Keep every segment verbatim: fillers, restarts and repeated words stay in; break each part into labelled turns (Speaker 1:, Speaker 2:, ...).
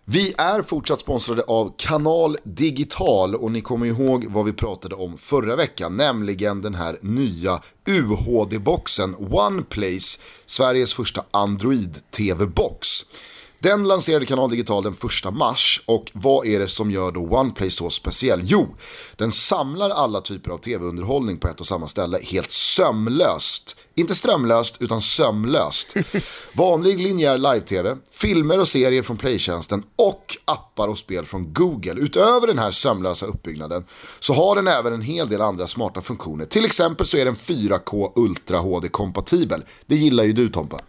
Speaker 1: Vi är fortsatt sponsrade av Kanal Digital och ni kommer ihåg vad vi pratade om förra veckan, nämligen den här nya U H D-boxen OnePlace, Sveriges första Android-T V-box. Den lanserade Kanal Digital den första mars och vad är det som gör då OnePlace så speciell? Jo, den samlar alla typer av tv-underhållning på ett och samma ställe helt sömlöst. Inte strömlöst utan sömlöst. Vanlig linjär live-tv, filmer och serier från Playtjänsten och appar och spel från Google. Utöver den här sömlösa uppbyggnaden så har den även en hel del andra smarta funktioner. Till exempel så är den fyra K Ultra H D-kompatibel. Det gillar ju du, Tompa.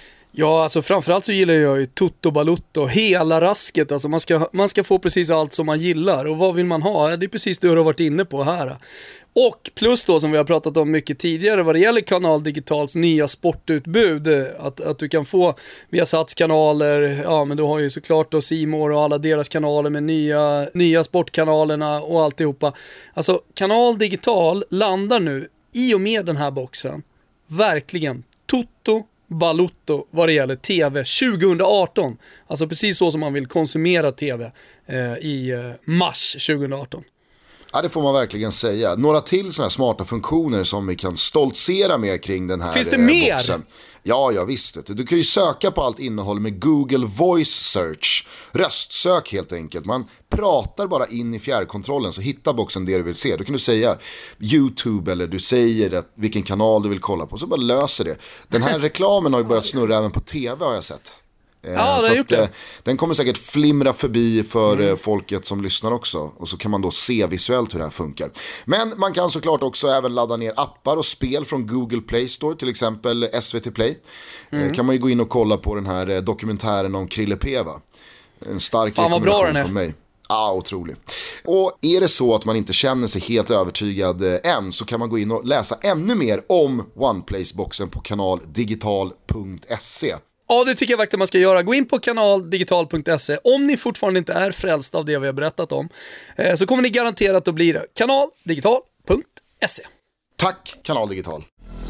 Speaker 2: Ja, alltså framförallt så gillar jag ju Toto Balutto, hela rasket. Alltså man ska, man ska få precis allt som man gillar. Och vad vill man ha? Det är precis det du har varit inne på här. Och plus då, som vi har pratat om mycket tidigare, vad det gäller Kanal Digitals nya sportutbud, att, att du kan få via Sats kanaler, ja men du har ju såklart då C More och alla deras kanaler med nya, nya sportkanalerna och alltihopa. Alltså Kanal Digital landar nu i och med den här boxen verkligen Toto Balutto vad det gäller tv tjugo arton. Alltså precis så som man vill konsumera tv eh, i eh, mars tjugo arton.
Speaker 1: Ja, det får man verkligen säga. Några till sådana här smarta funktioner som vi kan stoltsera med kring den här
Speaker 2: Finns det
Speaker 1: eh,
Speaker 2: mer?
Speaker 1: boxen. Ja, jag visste det. Du kan ju söka på allt innehåll med Google Voice Search. Röstsök helt enkelt. Man pratar bara in i fjärrkontrollen så hittar boxen det du vill se. Då kan du säga YouTube eller du säger det, vilken kanal du vill kolla på. Så bara löser det. Den här reklamen har ju börjat snurra även på tv har jag sett.
Speaker 2: Ja, det har gjort det.
Speaker 1: Att, den kommer säkert flimra förbi för mm. folket som lyssnar också. Och så kan man då se visuellt hur det här funkar. Men man kan såklart också även ladda ner appar och spel från Google Play Store. Till exempel S V T Play. mm. Kan man ju gå in och kolla på den här dokumentären om Krille Peva. En stark
Speaker 2: Fan,
Speaker 1: rekommendation från mig. Ja, ah, otrolig. Och är det så att man inte känner sig helt övertygad än så kan man gå in och läsa ännu mer om OnePlace-boxen på kanal digital punkt se.
Speaker 2: Ja, det tycker jag verkligen man ska göra. Gå in på kanal digital punkt se. Om ni fortfarande inte är frälst av det vi har berättat om eh, så kommer ni garanterat att bli det. kanal digital punkt se.
Speaker 1: Tack, Kanal Digital.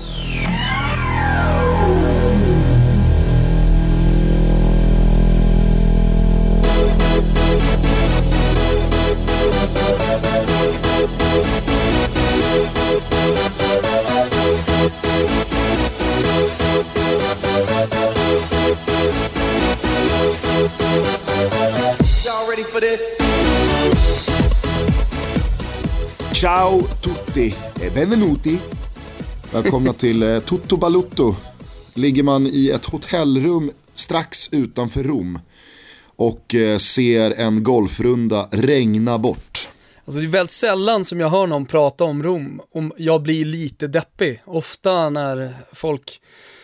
Speaker 1: Ciao tutti e benvenuti. Välkomna till eh, Toto Balutto. Ligger man i ett hotellrum strax utanför Rom och eh, ser en golfrunda regna bort.
Speaker 2: Alltså det är väldigt sällan som jag hör någon prata om Rom om jag blir lite deppig. Ofta när folk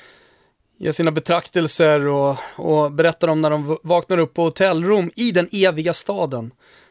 Speaker 2: ger sina betraktelser och, och berättar om när de vaknar upp på hotellrum i den eviga staden,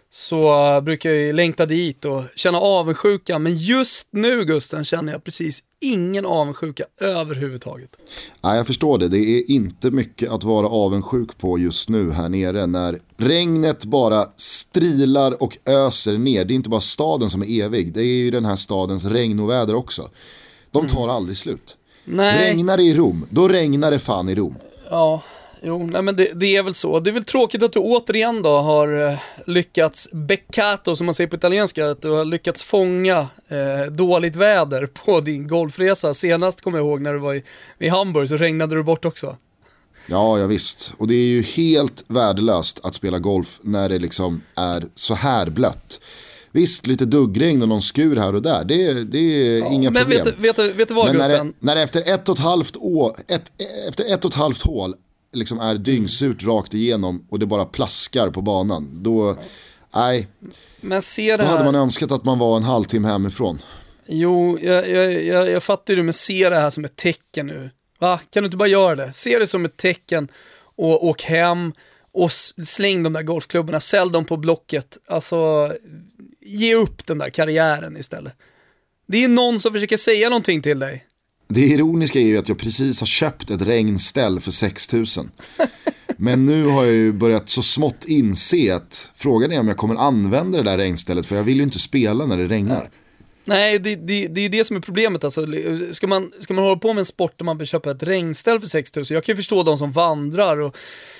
Speaker 2: så brukar jag längta dit och känna avundsjuka. Men just nu, Gusten, känner jag precis ingen avundsjuka överhuvudtaget.
Speaker 1: Nej, jag förstår det. Det är inte mycket att vara avundsjuk på just nu här nere när regnet bara strilar och öser ner. Det är inte bara staden som är evig. Det är ju den här stadens regnoväder också. De tar mm. aldrig slut. Nej. Regnar det i Rom, då regnar det fan i Rom.
Speaker 2: Ja, jo, nej men det, det är väl så. Det är väl tråkigt att du återigen då har lyckats beccato, som man säger på italienska, att du har lyckats fånga eh, dåligt väder på din golfresa. Senast kommer jag ihåg när du var i, i Hamburg så regnade du bort också.
Speaker 1: Ja, ja visst. Och det är ju helt värdelöst att spela golf när det liksom är så här blött. Visst, lite duggregn och någon skur här och där. Det, det är ja, inga
Speaker 2: men
Speaker 1: problem.
Speaker 2: Vet, vet, vet du vad,
Speaker 1: men när
Speaker 2: Gusten?
Speaker 1: det, när det efter ett och ett halvt år, ett, efter ett och ett halvt hål liksom är dyngsurt rakt igenom och det bara plaskar på banan, då, nej,
Speaker 2: men se det
Speaker 1: då
Speaker 2: här.
Speaker 1: hade man önskat att man var en halvtimme hemifrån.
Speaker 2: Jo, jag, jag, jag, jag fattar ju, men se det här som ett tecken nu. Va? Kan du inte bara göra det? Se det som ett tecken och åk hem och släng de där golfklubborna, sälj dem på Blocket. Alltså, ge upp den där karriären istället. Det är någon som försöker säga någonting till dig.
Speaker 1: Det ironiska är ju att jag precis har köpt ett regnställ för sex tusen. Men nu har jag ju börjat så smått inse att frågan är om jag kommer använda det där regnstället, för jag vill ju inte spela när det regnar.
Speaker 2: Nej, det, det, det är det som är problemet. Alltså, ska, man, ska man hålla på med en sport där man vill köpa ett regnställ för sex tusen, jag kan ju förstå de som vandrar och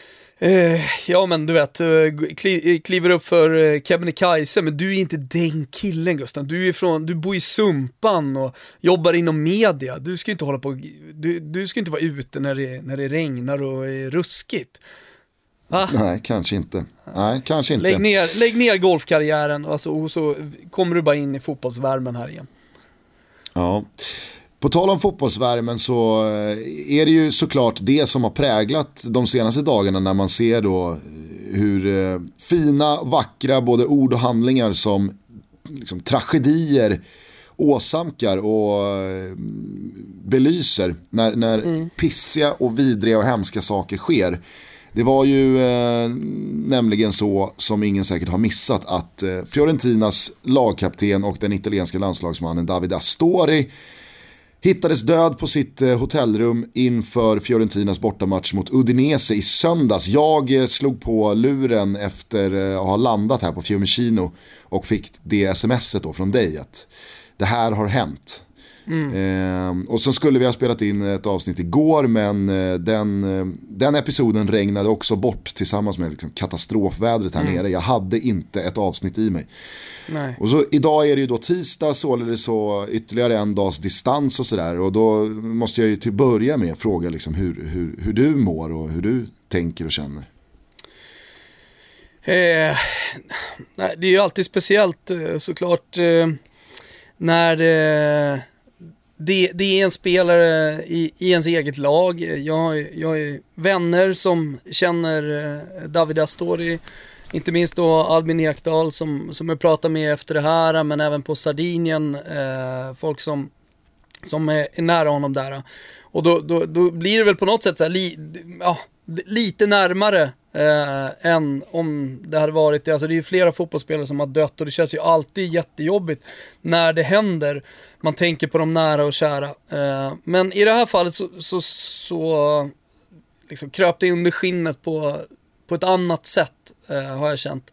Speaker 2: Eh, ja men du vet, kli, kliver upp för Kebnekaise, men du är inte den killen Gustav. Du är från, du bor i Sumpan och jobbar inom media. Du ska inte hålla på, du, du ska inte vara ute när det, när det regnar och är ruskigt. Va?
Speaker 1: Nej, kanske inte. Nej, kanske inte.
Speaker 2: Lägg ner, lägg ner golfkarriären alltså, och så kommer du bara in i fotbollsvärmen här igen.
Speaker 1: Ja. På tal om fotbollsvärmen så är det ju såklart det som har präglat de senaste dagarna när man ser då hur fina, vackra både ord och handlingar som liksom tragedier åsamkar och belyser när, när mm. pissiga och vidriga och hemska saker sker. Det var ju eh, nämligen så, som ingen säkert har missat, att eh, Fiorentinas lagkapten och den italienska landslagsmannen Davide Astori hittades död på sitt eh, hotellrum inför Fiorentinas bortamatch mot Udinese i söndags. Jag eh, slog på luren efter eh, att ha landat här på Fiumicino och fick det smset då från dig att det här har hänt. Mm. Eh, och så skulle vi ha spelat in ett avsnitt igår, men eh, den, eh, den episoden regnade också bort tillsammans med liksom, katastrofvädret här mm. nere. Jag hade inte ett avsnitt i mig.
Speaker 2: Nej.
Speaker 1: Och så idag är det ju då tisdag, så är det så ytterligare en dags distans och sådär. Och då måste jag ju till börja med fråga liksom, hur, hur, hur du mår och hur du tänker och känner.
Speaker 2: Eh, nej, det är ju alltid speciellt såklart eh, när eh, det, det är en spelare i, i ens eget lag. Jag, jag är vänner som känner eh, David Astori, inte minst då Albin Ekdal som, som jag pratar med efter det här, men även på Sardinien, eh, folk som, som är, är nära honom där. Och då, då, då blir det väl på något sätt så här, li, ja, lite närmare eh, än om det hade varit. Alltså det är ju flera fotbollsspelare som har dött och det känns ju alltid jättejobbigt när det händer. Man tänker på de nära och kära. Eh, men i det här fallet så, så, så liksom kröp det under skinnet på, på ett annat sätt, eh, har jag känt.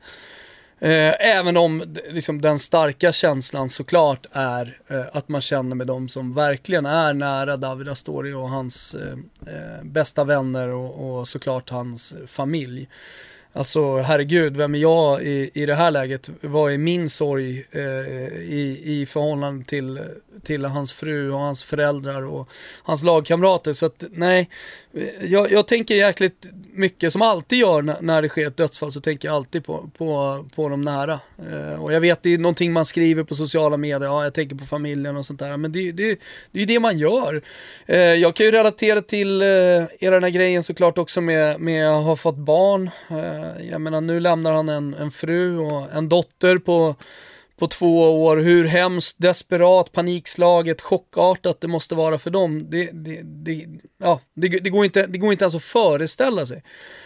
Speaker 2: Eh, även om liksom, den starka känslan såklart är eh, att man känner med dem som verkligen är nära David Astori och hans eh, eh, bästa vänner och, och såklart hans familj. Alltså herregud, vem är jag i, i det här läget? Vad är min sorg eh, i, i förhållande till, till hans fru och hans föräldrar och hans lagkamrater? Så att nej, jag, jag tänker jäkligt mycket, som alltid gör när, när det sker ett dödsfall, så tänker jag alltid på, på, på de nära. Eh, och jag vet, det är någonting man skriver på sociala medier, ja jag tänker på familjen och sånt där, men det, det, det är ju det man gör. Eh, jag kan ju relatera till eh, era den här grejen såklart också med, med att ha fått barn. Eh, Jag menar, nu lämnar han en, en fru och en dotter på, på två år. Hur hemskt, desperat, panikslaget, chockartat det måste vara för dem. Det, det, det, ja, det, det, går inte, det går inte ens att föreställa sig.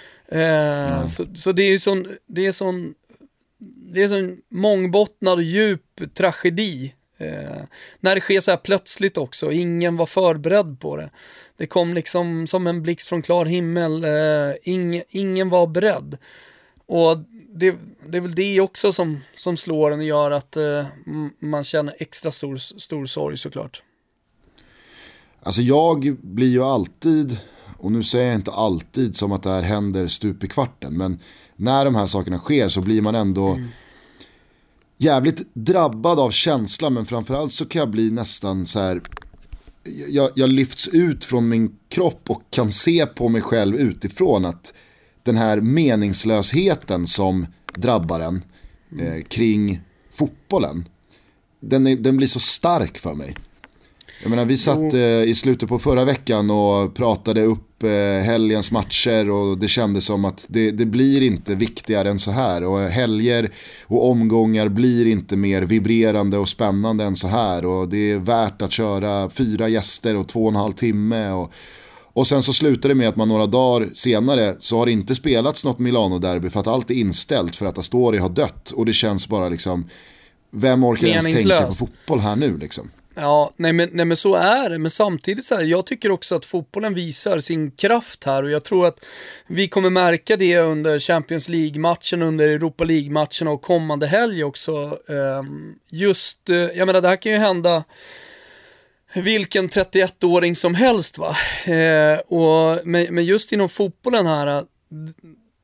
Speaker 2: Eh, mm. så, så det är ju sån, det är sån, det är sån mångbottnad och djup tragedi. Eh, när det sker så här plötsligt också, ingen var förberedd på det. Det kom liksom som en blixt från klar himmel. Eh, ing, ingen var beredd. Och det, det är väl det också som, som slår en och gör att eh, man känner extra stor, stor sorg såklart.
Speaker 1: Alltså jag blir ju alltid, och nu säger jag inte alltid som att det här händer stup i kvarten, men när de här sakerna sker så blir man ändå mm. jävligt drabbad av känslan, men framförallt så kan jag bli nästan så här, jag, jag lyfts ut från min kropp och kan se på mig själv utifrån att den här meningslösheten som drabbar en eh, kring fotbollen, den, är, den blir så stark för mig. Jag menar, vi satt eh, i slutet på förra veckan och pratade upp eh, helgens matcher och det kändes som att det, det blir inte viktigare än så här, och helger och omgångar blir inte mer vibrerande och spännande än så här, och det är värt att köra fyra gäster och två och en halv timme och, och sen så slutar det med att man några dagar senare så har det inte spelats något Milano-derby för att allt är inställt för att Astori har dött, och det känns bara liksom, vem orkar ens tänka på fotboll här nu liksom?
Speaker 2: Ja, nej men, nej men så är det, men samtidigt så här, jag tycker också att fotbollen visar sin kraft här, och jag tror att vi kommer märka det under Champions League-matchen, under Europa League-matchen och kommande helg också. Just, jag menar, det här kan ju hända vilken trettioett-åring som helst va, och, men, men just inom fotbollen här,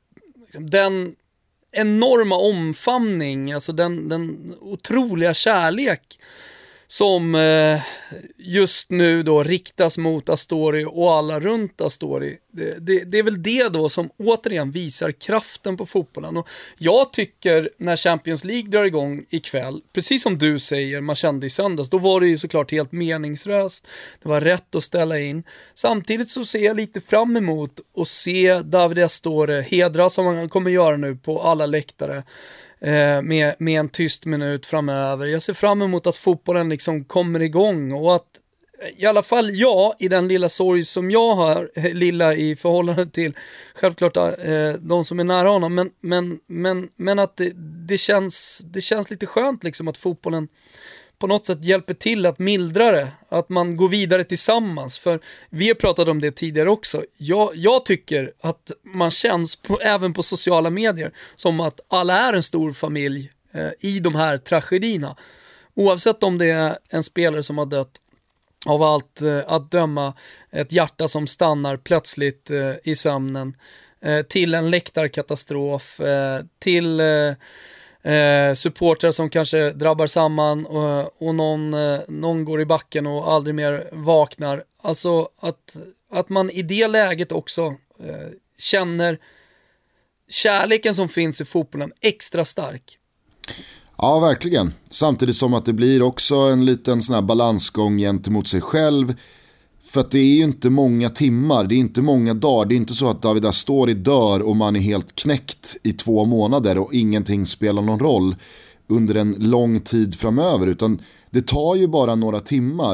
Speaker 2: liksom, den enorma omfamning, alltså den, den otroliga kärlek som eh, just nu då riktas mot Astori och alla runt Astori. Det, det, det är väl det då som återigen visar kraften på fotbollen. Och jag tycker när Champions League drar igång ikväll, precis som du säger, man kände i söndags, då var det ju såklart helt meningslöst. Det var rätt att ställa in. Samtidigt så ser jag lite fram emot att se David Astori hedras som han kommer göra nu på alla läktare. Eh, med, med en tyst minut framöver. Jag ser fram emot att fotbollen liksom kommer igång och att i alla fall jag i den lilla sorg som jag har, lilla i förhållande till självklart eh, de som är nära honom, men, men, men, men att det, det, känns, det känns lite skönt liksom att fotbollen på något sätt hjälper till att mildra det, att man går vidare tillsammans, för vi har pratat om det tidigare också. Jag, jag tycker att man känns på, även på sociala medier som att alla är en stor familj eh, i de här tragedierna, oavsett om det är en spelare som har dött av allt eh, att döma, ett hjärta som stannar plötsligt eh, i sömnen, eh, till en läktarkatastrof, eh, till eh, Eh, supportrar som kanske drabbar samman och, och någon, eh, någon går i backen och aldrig mer vaknar. Alltså att, att man i det läget också eh, känner kärleken som finns i fotbollen extra stark.
Speaker 1: Ja, verkligen. Samtidigt som att det blir också en liten sån här balansgång gentemot sig själv. För att det är ju inte många timmar, det är inte många dagar. Det är inte så att David Astori dör och man är helt knäckt i två månader och ingenting spelar någon roll under en lång tid framöver. Utan det tar ju bara några timmar,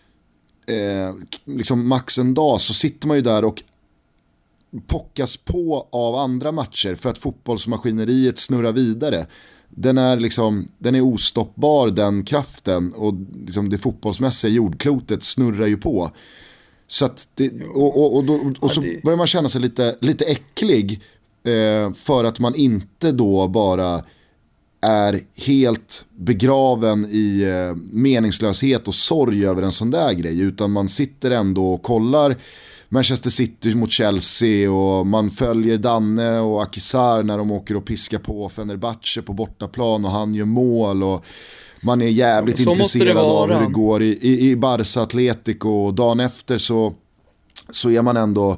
Speaker 1: eh, liksom max en dag, så sitter man ju där och pockas på av andra matcher för att fotbollsmaskineriet snurrar vidare. Den är liksom, den är ostoppbar, den kraften, och liksom det fotbollsmässiga jordklotet snurrar ju på. Så att det, och, och, och, då, och så börjar man känna sig lite, lite äcklig eh, för att man inte då bara är helt begraven i eh, meningslöshet och sorg över en sån där grej, utan man sitter ändå och kollar Manchester City mot Chelsea och man följer Danne och Akisar när de åker och piskar på Fenerbahce på bortaplan och han gör mål, och man är jävligt
Speaker 2: så
Speaker 1: intresserad av hur det går i, i, i Barca Atletico, och dagen efter så, så är man ändå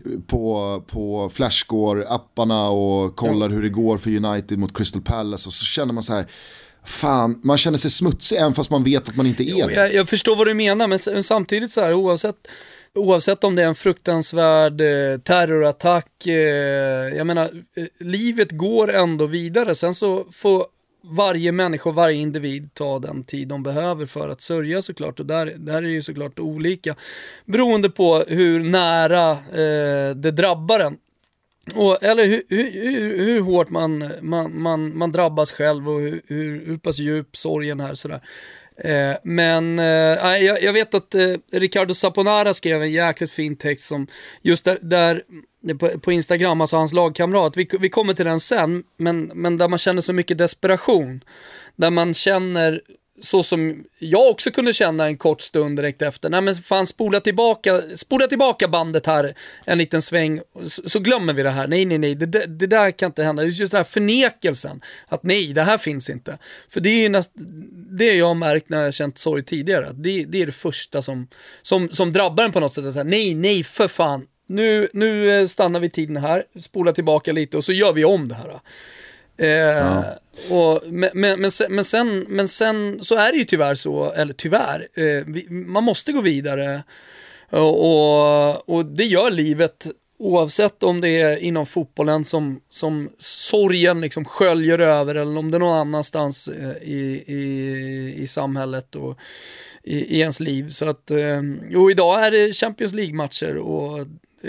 Speaker 1: på, på Flashscore-apparna och kollar ja. hur det går för United mot Crystal Palace, och så känner man så här, fan, man känner sig smutsig även fast man vet att man inte är
Speaker 2: jo,
Speaker 1: det.
Speaker 2: Jag, jag förstår vad du menar, men, men samtidigt så här, oavsett Oavsett om det är en fruktansvärd eh, terrorattack, eh, jag menar, eh, livet går ändå vidare. Sen så får varje människa, varje individ ta den tid de behöver för att sörja såklart. Och där, där är det ju såklart olika, beroende på hur nära eh, det drabbar en. Och, eller hur, hur, hur, hur hårt man, man, man, man drabbas själv och hur, hur, hur pass djup sorgen är sådär. Eh, men eh, jag, jag vet att eh, Ricardo Saponara skrev en jäkligt fin text som just där, där på, på Instagram, alltså hans lagkamrat, vi, vi kommer till den sen, men, men där man känner så mycket desperation, där man känner så som jag också kunde känna en kort stund direkt efter. Nej men fan, spola tillbaka, spola tillbaka bandet här en liten sväng, så, så glömmer vi det här. Nej, nej, nej, det, det, det där kan inte hända. Det är just den här förnekelsen att nej, det här finns inte. För det är ju näst, det jag har märkt när jag har känt sorg tidigare, att det, det är det första som, som, som drabbar en på något sätt. Att säga, nej, nej, för fan. Nu, nu stannar vi tiden här, spola tillbaka lite och så gör vi om det här. Eh, ja. och, men, men, men, sen, men, sen, men sen så är det ju tyvärr så, eller tyvärr, eh, vi, man måste gå vidare, och, och, och det gör livet, oavsett om det är inom fotbollen som, som sorgen liksom sköljer över, eller om det är någon annanstans eh, i, i, i samhället och i, i ens liv. Så att, eh, och idag är det Champions League-matcher, och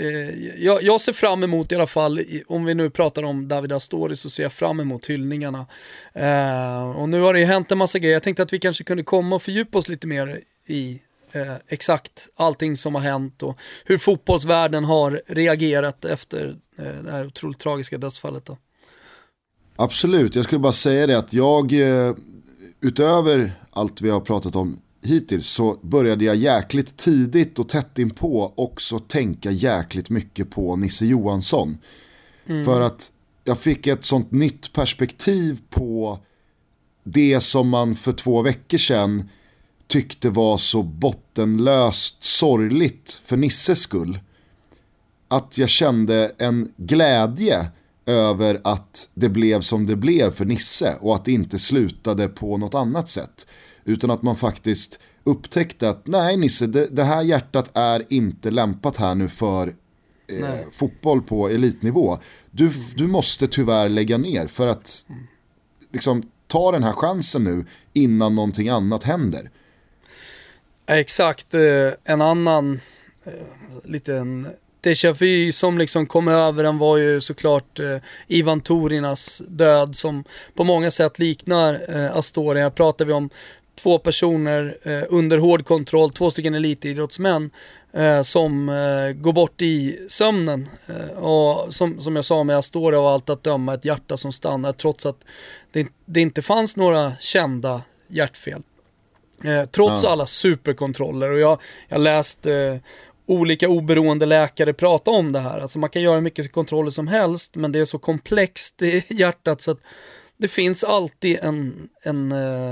Speaker 2: Jag, jag ser fram emot i alla fall, om vi nu pratar om David Astori, så ser jag fram emot hyllningarna. Eh, och nu har det ju hänt en massa grejer. Jag tänkte att vi kanske kunde komma och fördjupa oss lite mer i eh, exakt allting som har hänt och hur fotbollsvärlden har reagerat efter eh, det här otroligt tragiska dödsfallet då.
Speaker 1: Absolut, jag skulle bara säga det att jag, eh, utöver allt vi har pratat om hittills, så började jag jäkligt tidigt och tätt in på också tänka jäkligt mycket på Nisse Johansson. Mm. För att jag fick ett sånt nytt perspektiv på det som man för två veckor sedan tyckte var så bottenlöst sorgligt för Nisses skull. Att jag kände en glädje över att det blev som det blev för Nisse och att det inte slutade på något annat sätt. Utan att man faktiskt upptäckte att nej Nisse, det, det här hjärtat är inte lämpat här nu för eh, fotboll på elitnivå. Du, du måste tyvärr lägga ner för att liksom ta den här chansen nu innan någonting annat händer.
Speaker 2: Exakt, en annan liten déjà vu som liksom kom över den var ju såklart eh, Ivan Torinas död som på många sätt liknar eh, Astoria. Pratar vi om två personer eh, under hård kontroll, två stycken elitidrottsmän eh, som eh, går bort i sömnen eh, och som, som jag sa med Astoria av allt att döma ett hjärta som stannar trots att det, det inte fanns några kända hjärtfel. Eh, trots ja. alla superkontroller och jag, jag läste eh, olika oberoende läkare prata om det här. Alltså man kan göra mycket kontroller som helst men det är så komplext i hjärtat så att det finns alltid en, en,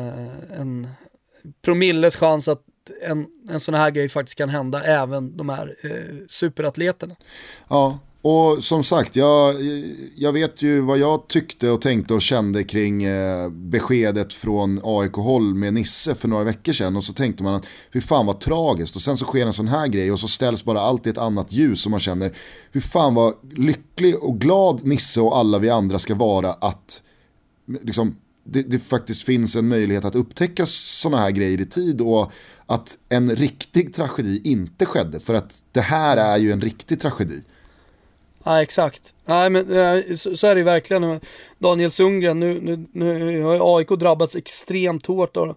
Speaker 2: en promilles chans att en, en sån här grej faktiskt kan hända även de här eh, superatleterna.
Speaker 1: Ja, och som sagt, jag, jag vet ju vad jag tyckte och tänkte och kände kring eh, beskedet från A I K-håll med Nisse för några veckor sedan. Och så tänkte man att fy fan vad tragiskt. Och sen så sker en sån här grej och så ställs bara allt i ett annat ljus som man känner, fy fan vad lycklig och glad Nisse och alla vi andra ska vara att liksom, det, det faktiskt finns en möjlighet att upptäcka såna här grejer i tid och att en riktig tragedi inte skedde. För att det här är ju en riktig tragedi.
Speaker 2: Ja, exakt. Nej, men så, så är det ju verkligen. Daniel Sundgren, nu, nu, nu har A I K drabbats extremt hårt av,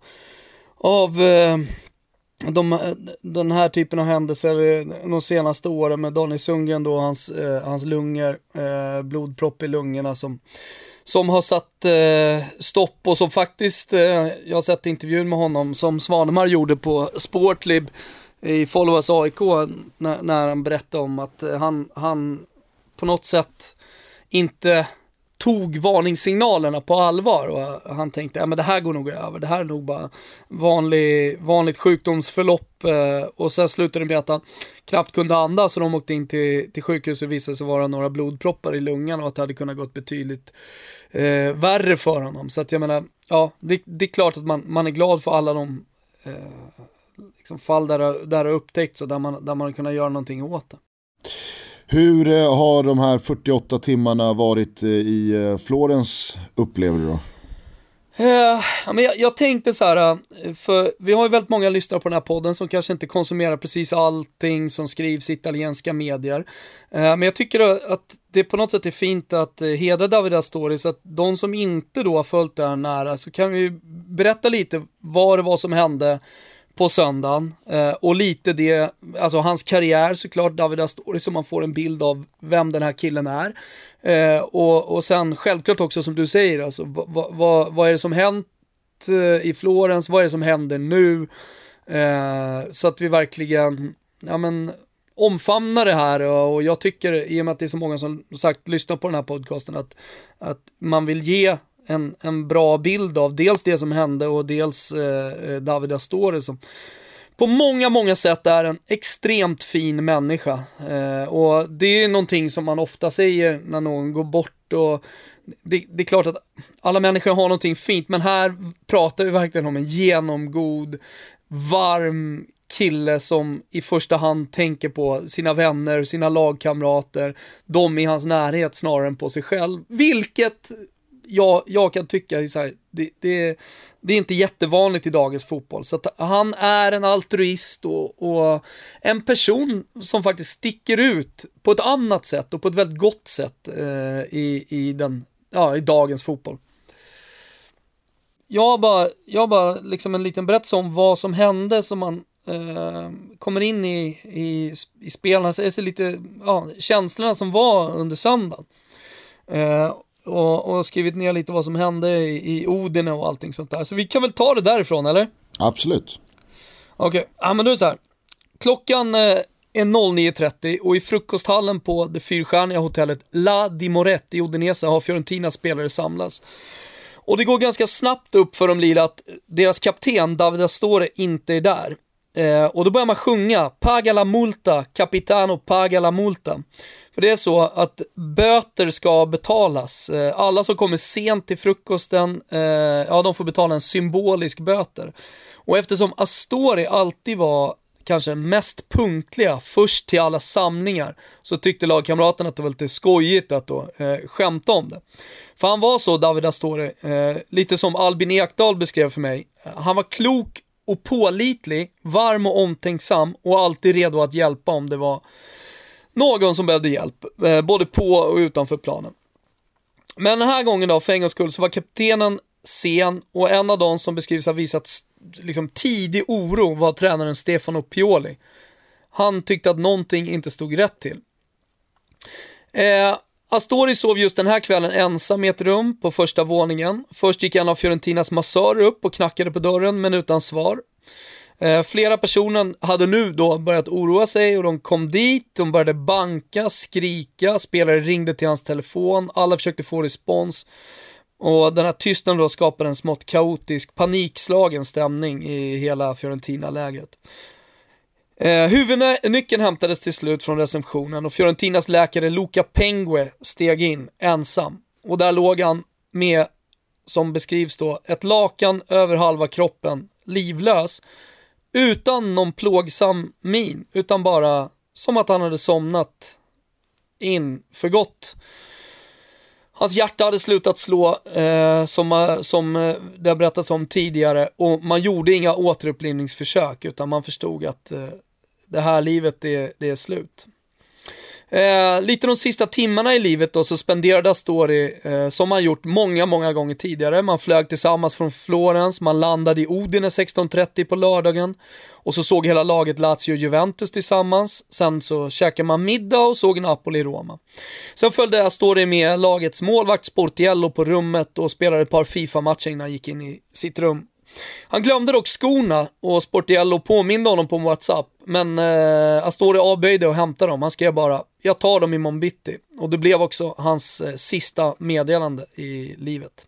Speaker 2: av eh, de, den här typen av händelser de senaste åren med Daniel Sundgren då, hans, eh, hans lungor, eh, blodpropp i lungorna som, som har satt eh, stopp och som faktiskt, eh, jag har sett intervjun med honom som Svanemar gjorde på Sportlib i Followers A I K när, när han berättade om att han, han på något sätt inte tog varningssignalerna på allvar och han tänkte, ja men det här går nog över, det här är nog bara vanlig, vanligt sjukdomsförlopp och sen slutade det med att han knappt kunde andas så de åkte in till, till sjukhus och visade sig vara några blodproppar i lungan och att det hade kunnat gått betydligt eh, värre för honom. Så att jag menar, ja det, det är klart att man, man är glad för alla de eh, liksom fall där, där det har upptäckts och där man, där man har kunnat göra någonting åt det.
Speaker 1: Hur har de här fyrtioåtta timmarna varit i Florens upplever du då?
Speaker 2: Ja, men jag, jag tänkte så här, för vi har ju väldigt många lyssnare på den här podden som kanske inte konsumerar precis allting som skrivs i italienska medier. Men jag tycker att det på något sätt är fint att hedra David Astori, så att de som inte då har följt det här nära så kan vi berätta lite vad det var som hände på söndagen eh, och lite det, alltså hans karriär såklart, David Astori, så man får en bild av vem den här killen är eh, och, och sen självklart också som du säger, alltså vad, vad, vad är det som hänt eh, i Florens, vad är det som händer nu eh, så att vi verkligen ja men omfamnar det här och, och jag tycker i och med att det är så många som sagt lyssnar på den här podcasten att, att man vill ge En, en bra bild av dels det som hände och dels eh, David Astori som på många, många sätt är en extremt fin människa. Eh, och det är någonting som man ofta säger när någon går bort och det, det är klart att alla människor har någonting fint, men här pratar vi verkligen om en genomgod, varm kille som i första hand tänker på sina vänner, sina lagkamrater, de i hans närhet snarare än på sig själv. Vilket jag, jag kan tycka så här, det, det, det är inte jättevanligt i dagens fotboll. Så att han är en altruist och, och en person som faktiskt sticker ut på ett annat sätt och på ett väldigt gott sätt eh, i, i, den, ja, i dagens fotboll. Jag har bara, jag har bara liksom en liten berättelse om vad som hände som man eh, kommer in i, i, i spelarna. Så är det lite ja, känslorna som var under söndagen. Eh, och, och skrivit ner lite vad som hände i, i Odine och allting sånt där. Så vi kan väl ta det därifrån, eller?
Speaker 1: Absolut.
Speaker 2: Okej, okay. Ja men då är det så här. Klockan eh, är noll nio trettio och i frukosthallen på det fyrstjärniga hotellet La Dimorette i Udinese har Fiorentinas spelare samlas. Och det går ganska snabbt upp för de lila att deras kapten Davide Astore inte är där. Eh, och då börjar man sjunga Paga la multa, capitano paga la multa. För det är så att böter ska betalas. Eh, alla som kommer sent till frukosten, eh, ja, de får betala en symbolisk böter. Och eftersom Astore alltid var kanske den mest punktliga först till alla samlingar, så tyckte lagkamraterna att det var lite skojigt att då eh, skämta om det. För han var så, David Astore, eh, lite som Albin Ekdal beskrev för mig. Han var klok och pålitlig, varm och omtänksam och alltid redo att hjälpa om det var någon som behövde hjälp, eh, både på och utanför planen. Men den här gången då, för en gångs skull, så var kaptenen sen och en av de som beskrivs har visat liksom tidig oro var tränaren Stefano Pioli. Han tyckte att någonting inte stod rätt till. Eh, Astori sov just den här kvällen ensam i ett rum på första våningen. Först gick en av Fiorentinas massörer upp och knackade på dörren men utan svar. Eh, flera personer hade nu då börjat oroa sig och de kom dit, de började banka, skrika, spelare ringde till hans telefon, alla försökte få respons. Och den här tystnaden då skapade en smått kaotisk, panikslagen stämning i hela Fiorentina-lägret. Eh, huvudnyckeln hämtades till slut från receptionen och Fiorentinas läkare Luca Pengue steg in ensam. Och där låg han med, som beskrivs då, ett lakan över halva kroppen, livlös, utan någon plågsam min, utan bara som att han hade somnat in för gott. Hans hjärta hade slutat slå eh, som, som det har berättats om tidigare och man gjorde inga återupplivningsförsök utan man förstod att eh, det här livet det, det är slut. Eh, lite de sista timmarna i livet då så spenderade Astori eh, som man gjort många, många gånger tidigare. Man flög tillsammans från Florens, man landade i Udine sexton trettio på lördagen och så såg hela laget Lazio och Juventus tillsammans. Sen så käkade man middag och såg Napoli i Roma. Sen följde Astori med lagets målvakt Sportiello på rummet och spelade ett par FIFA-matcher innan han gick in i sitt rum. Han glömde dock skorna och Sportiello påminde honom på WhatsApp. Men eh, Astori avböjde och hämtade dem. Han skrev bara, jag tar dem i Monbitti. Och det blev också hans eh, sista meddelande i livet.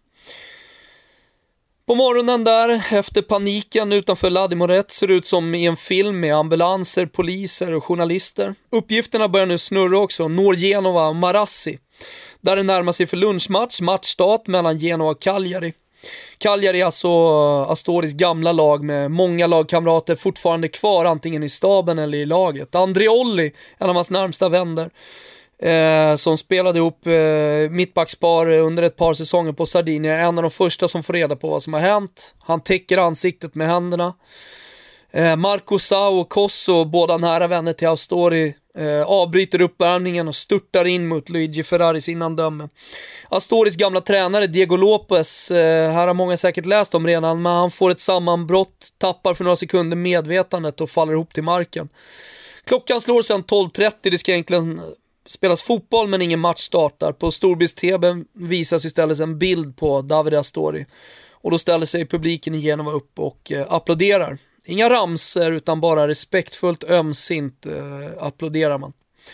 Speaker 2: På morgonen där, efter paniken utanför La Dimorette, ser ut som i en film med ambulanser, poliser och journalister. Uppgifterna börjar nu snurra också, når Genova och Marassi. Där det närmar sig för lunchmatch, matchstart mellan Genova och Cagliari. Cagliari är alltså Astoris gamla lag med många lagkamrater fortfarande kvar antingen i staben eller i laget. Andreoli, en av hans närmsta vänner, eh, som spelade ihop eh, mittbackspar under ett par säsonger på Sardinien, en av de första som får reda på vad som har hänt. Han täcker ansiktet med händerna. Eh, Marco Sau och Cosso, båda nära vänner till Astori, eh, avbryter uppvärmningen och störtar in mot Luigi Ferraris innandöme. Astoris gamla tränare Diego Lopez, eh, här har många säkert läst om redan, men han får ett sammanbrott, tappar för några sekunder medvetandet och faller ihop till marken. Klockan slår sedan tolv trettio, det ska egentligen spelas fotboll men ingen match startar. På Storbilds-T V visas istället en bild på Davide Astori och då ställer sig publiken i Genova upp och eh, applåderar. Inga ramser utan bara respektfullt ömsint eh, applåderar man.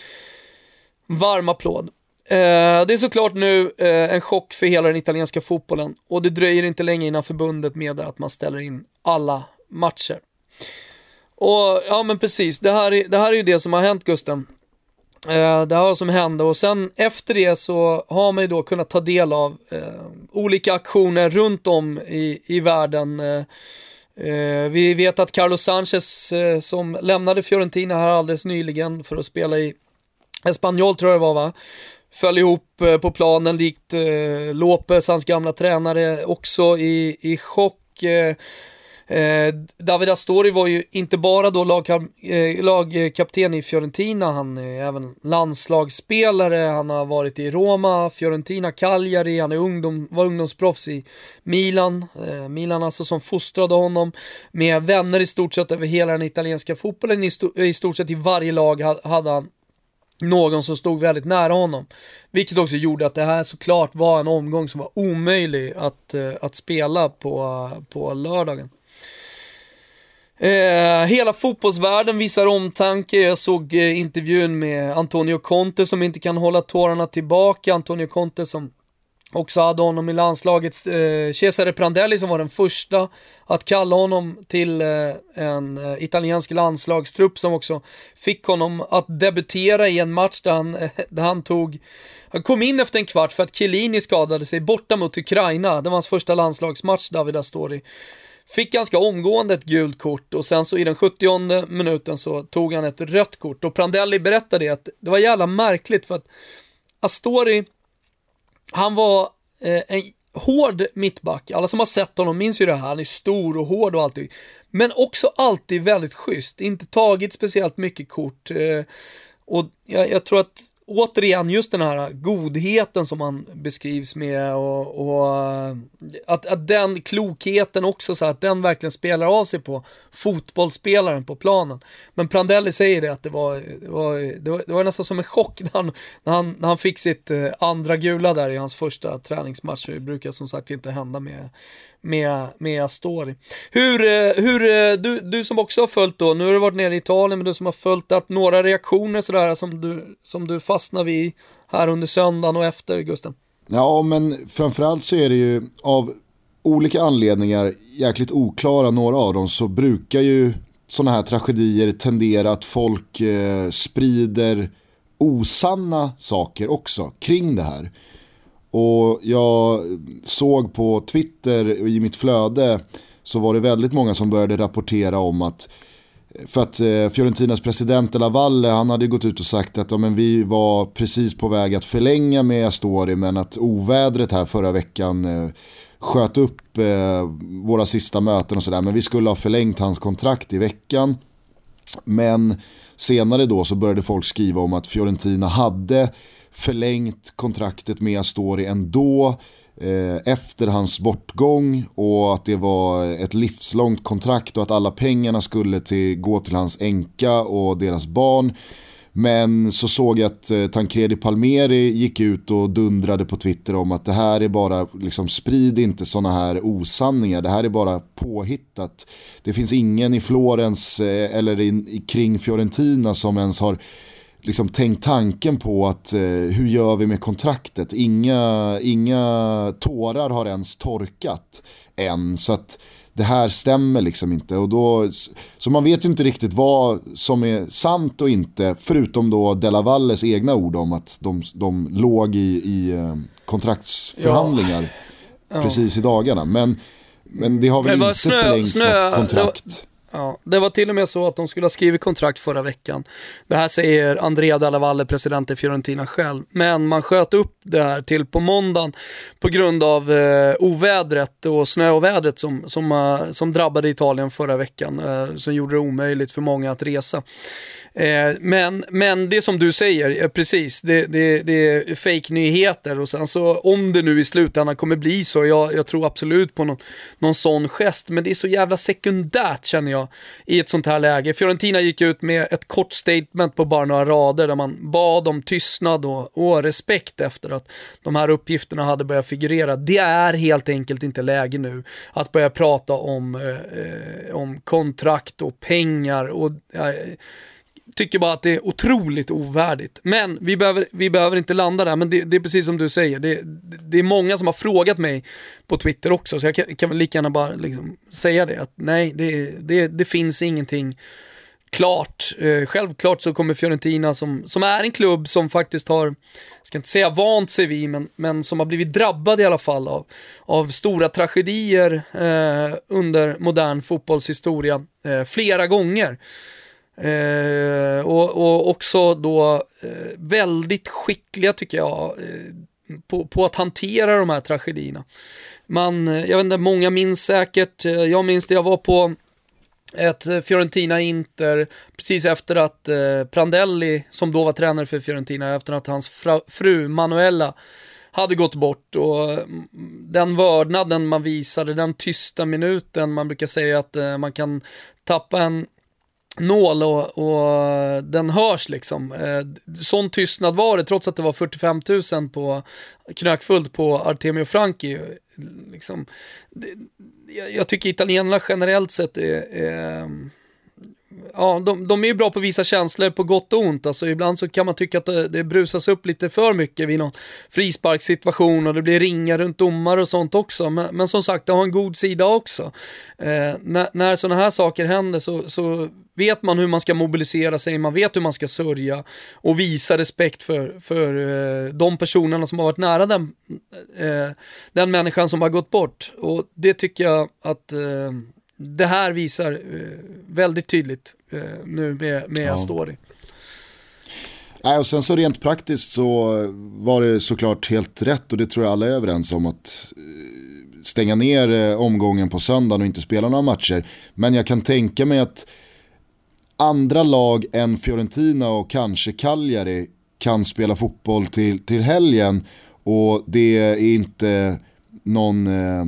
Speaker 2: Varm applåd. Eh, det är såklart nu eh, en chock för hela den italienska fotbollen och det dröjer inte länge innan förbundet meddelar att man ställer in alla matcher. Och ja men precis, det här är, det här är ju det som har hänt, Gusten. Eh, det här som hände och sen efter det så har man ju då kunnat ta del av eh, olika aktioner runt om i, i världen. Eh, Eh, vi vet att Carlos Sanchez eh, som lämnade Fiorentina här alldeles nyligen för att spela i Espanyol tror jag det var va, föll ihop eh, på planen likt eh, Lopez, hans gamla tränare, också i, i chock. eh, Eh, David Astori var ju inte bara då lagkap- eh, lagkapten i Fiorentina, han är även landslagsspelare, han har varit i Roma, Fiorentina, Cagliari, han är ungdom, var ungdomsproffs i Milan, eh, Milan alltså som fostrade honom med vänner i stort sett över hela den italienska fotbollen, i, sto- i stort sett i varje lag hade han någon som stod väldigt nära honom, vilket också gjorde att det här såklart var en omgång som var omöjlig att, att spela på, på lördagen. Eh, hela fotbollsvärlden visar omtanke. Jag såg eh, intervjun med Antonio Conte som inte kan hålla tårarna tillbaka. Antonio Conte som också hade honom i landslaget. Eh, Cesare Prandelli som var den första att kalla honom till eh, en eh, italiensk landslagstrupp, som också fick honom att debutera i en match där han, eh, där han tog han kom in efter en kvart för att Chiellini skadade sig borta mot Ukraina. Det var hans första landslagsmatch, David Astori. Fick ganska omgående ett gult kort och sen så i den sjuttionde minuten så tog han ett rött kort. Och Prandelli berättade att det var jävla märkligt för att Astori, han var eh, en hård mittback. Alla som har sett honom minns ju det här. Han är stor och hård och alltid. Men också alltid väldigt schysst. Inte tagit speciellt mycket kort. Eh, och jag, jag tror att återigen just den här godheten som man beskrivs med och, och att, att den klokheten också, så att den verkligen spelar av sig på fotbollsspelaren på planen. Men Prandelli säger det att det var, det var, det var, det var nästan som en chock när han, när han, när han fick sitt eh, andra gula där i hans första träningsmatch. Det brukar som sagt inte hända med med, med Astori. Hur, hur du, du som också har följt då, nu har du varit nere i Italien, men du som har följt att några reaktioner sådär som du, som du fastnar vid här under söndagen och efter, Gusten?
Speaker 1: Ja, men framförallt så är det ju av olika anledningar jäkligt oklara, några av dem, så brukar ju sådana här tragedier tendera att folk eh, sprider osanna saker också kring det här. Och jag såg på Twitter i mitt flöde så var det väldigt många som började rapportera om att, för att eh, Fiorentinas president Della Valle, han hade gått ut och sagt att ja, men vi var precis på väg att förlänga med Astori, men att ovädret här förra veckan eh, sköt upp eh, våra sista möten och sådär, men vi skulle ha förlängt hans kontrakt i veckan. Men senare då så började folk skriva om att Fiorentina hade förlängt kontraktet med Astori ändå eh, efter hans bortgång, och att det var ett livslångt kontrakt och att alla pengarna skulle till, gå till hans änka och deras barn. Men så såg jag att eh, Tancredi Palmieri gick ut och dundrade på Twitter om att det här är bara, liksom, sprid inte såna här osanningar, det här är bara påhittat. Det finns ingen i Florens eh, eller i, i, kring Fiorentina som ens har liksom tänkt tanken på att eh, hur gör vi med kontraktet. Inga, inga tårar har ens torkat än, så att det här stämmer liksom inte. Och då, så man vet ju inte riktigt vad som är sant och inte, förutom då Della Valles egna ord om att de, de låg i, i eh, kontraktsförhandlingar ja. precis ja. i dagarna. Men, men det har väl det inte snö, förlängt snö, något kontrakt.
Speaker 2: Ja, det var till och med så att de skulle ha skrivit kontrakt förra veckan. Det här säger Andrea Della Valle, president i Fiorentina själv. Men man sköt upp det här till på måndagen på grund av eh, ovädret och snöovädret som, som, uh, som drabbade Italien förra veckan. Uh, som gjorde det omöjligt för många att resa. Eh, men, men det som du säger, eh, precis, det, det, det är fake-nyheter. Och sen så om det nu i slutändan kommer bli så, jag, jag tror absolut på någon, någon sån gest. Men det är så jävla sekundärt, känner jag, i ett sånt här läge. Fiorentina gick ut med ett kort statement på bara några rader där man bad om tystnad och, och respekt efter att de här uppgifterna hade börjat figurera. Det är helt enkelt inte läge nu att börja prata om, eh, om kontrakt och pengar och eh, tycker bara att det är otroligt ovärdigt. Men vi behöver, vi behöver inte landa där. Men det, det är precis som du säger. Det, det är många som har frågat mig på Twitter också. Så jag kan, kan väl lika gärna bara liksom säga det. Att nej, det, det, det finns ingenting klart. Eh, självklart så kommer Fiorentina som, som är en klubb som faktiskt har, ska inte säga vant sig vid, men, men som har blivit drabbad i alla fall av, av stora tragedier eh, under modern fotbollshistoria eh, flera gånger. Eh, och, och också då eh, väldigt skickliga, tycker jag, eh, på, på att hantera de här tragedierna. Man, jag vet inte, många minns säkert, eh, jag minns det, jag var på ett Fiorentina-Inter precis efter att eh, Prandelli, som då var tränare för Fiorentina, efter att hans fra, fru Manuela hade gått bort, och den vördnaden man visade, den tysta minuten, man brukar säga att eh, man kan tappa en nål och, och den hörs liksom. Eh, sån tystnad var det, trots att det var fyrtiofem tusen på knökfullt på Artemio Franchi liksom. det, jag, jag tycker italienarna generellt sett är, är ja, de, de är ju bra på att visa känslor på gott och ont. Alltså, ibland så kan man tycka att det, det brusas upp lite för mycket vid någon frisparkssituation och det blir ringar runt domar och sånt också. Men, men som sagt, det har en god sida också. Eh, när, när sådana här saker händer så, så vet man hur man ska mobilisera sig, man vet hur man ska sörja och visa respekt för, för eh, de personerna som har varit nära den, eh, den människan som har gått bort. Och det tycker jag att eh, det här visar eh, väldigt tydligt eh, nu med, med ja. Astori.
Speaker 1: Nej, och sen så rent praktiskt så var det såklart helt rätt, och det tror jag alla är överens om, att stänga ner omgången på söndagen och inte spela några matcher. Men jag kan tänka mig att andra lag än Fiorentina och kanske Cagliari kan spela fotboll till, till helgen, och det är inte någon eh,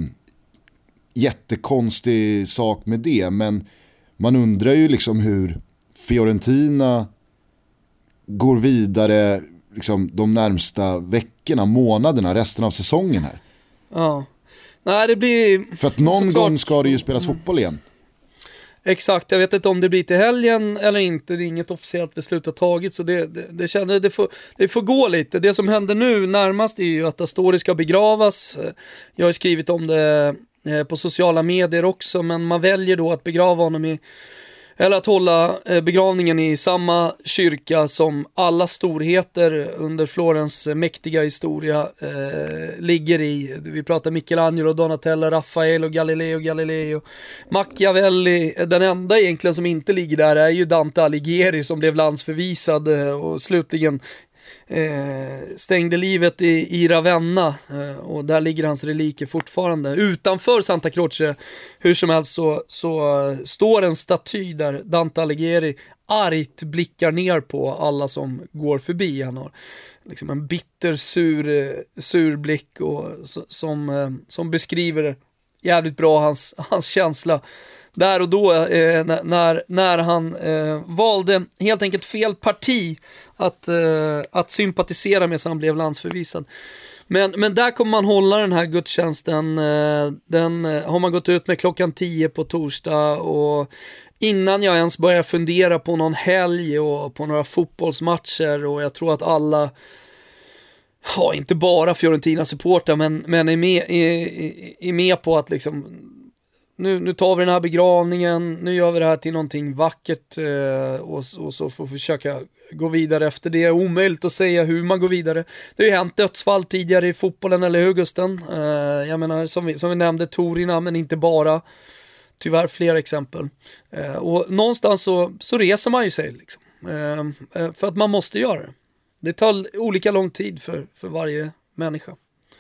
Speaker 1: jättekonstig sak med det, men man undrar ju liksom hur Fiorentina går vidare liksom de närmsta veckorna, månaderna, resten av säsongen här.
Speaker 2: Ja. Nej, det blir...
Speaker 1: För att någon gång ska det ju spelas mm. fotboll igen.
Speaker 2: Exakt, jag vet inte om det blir till helgen eller inte, det är inget officiellt beslut har tagit, så det, det, det känner det får, det får gå lite. Det som händer nu närmast är ju att Astori ska begravas. Jag har skrivit om det på sociala medier också, men man väljer då att begrava honom i, eller att hålla begravningen i samma kyrka som alla storheter under Florens mäktiga historia eh, ligger i. Vi pratar Michelangelo, Donatello, Raffaello, Galileo, Galileo, Machiavelli. Den enda egentligen som inte ligger där är ju Dante Alighieri, som blev landsförvisad och slutligen Eh, stängde livet i, i Ravenna, eh, och där ligger hans reliker fortfarande utanför Santa Croce. Hur som helst så, så uh, står en staty där Dante Alighieri argt blickar ner på alla som går förbi. Han har liksom en bitter sur, sur blick och, så, som, uh, som beskriver jävligt bra hans, hans känsla där och då eh, när, när han eh, valde helt enkelt fel parti att, eh, att sympatisera med, så han blev landsförvisad. Men, men där kommer man hålla den här gudstjänsten, eh, den eh, har man gått ut med klockan tio på torsdag, och innan jag ens börjar fundera på någon helg och på några fotbollsmatcher, och jag tror att alla, ja, inte bara Fiorentina-supportrar, men, men är, med, är, är med på att liksom Nu, nu tar vi den här begravningen, nu gör vi det här till någonting vackert, eh, och, och så får vi försöka gå vidare efter det. Det är omöjligt att säga hur man går vidare. Det har ju hänt dödsfall tidigare i fotbollen, eller hur, Gusten? Eh, jag menar, som vi, som vi nämnde, Torina, men inte bara. Tyvärr fler exempel. Eh, och någonstans så, så reser man ju sig liksom. Eh, för att man måste göra det. Det tar olika lång tid för, för varje människa.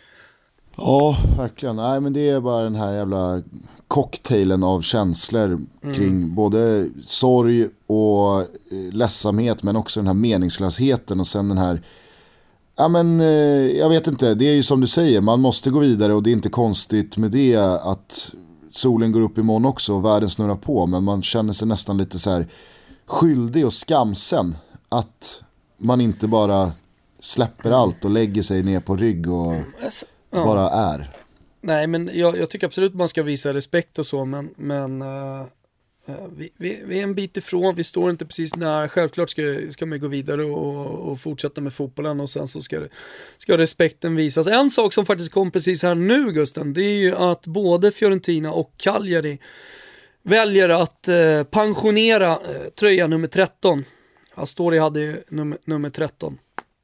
Speaker 1: Ja, verkligen. Nej, men det är bara den här jävla cocktailen av känslor mm. kring både sorg och ledsamhet, men också den här meningslösheten, och sen den här, ja men jag vet inte, det är ju som du säger, man måste gå vidare, och det är inte konstigt med det att solen går upp imorgon också och världen snurrar på, men man känner sig nästan lite så här skyldig och skamsen att man inte bara släpper allt och lägger sig ner på rygg och ja. bara är.
Speaker 2: Nej, men jag, jag tycker absolut man ska visa respekt och så, men, men uh, uh, vi, vi, vi är en bit ifrån, vi står inte precis nära. Självklart ska, ska man gå vidare och, och fortsätta med fotbollen, och sen så ska, det, ska respekten visas. En sak som faktiskt kom precis här nu, Gusten, det är ju att både Fiorentina och Cagliari väljer att uh, pensionera uh, tröja nummer tretton. Astori hade ju nummer, nummer tretton.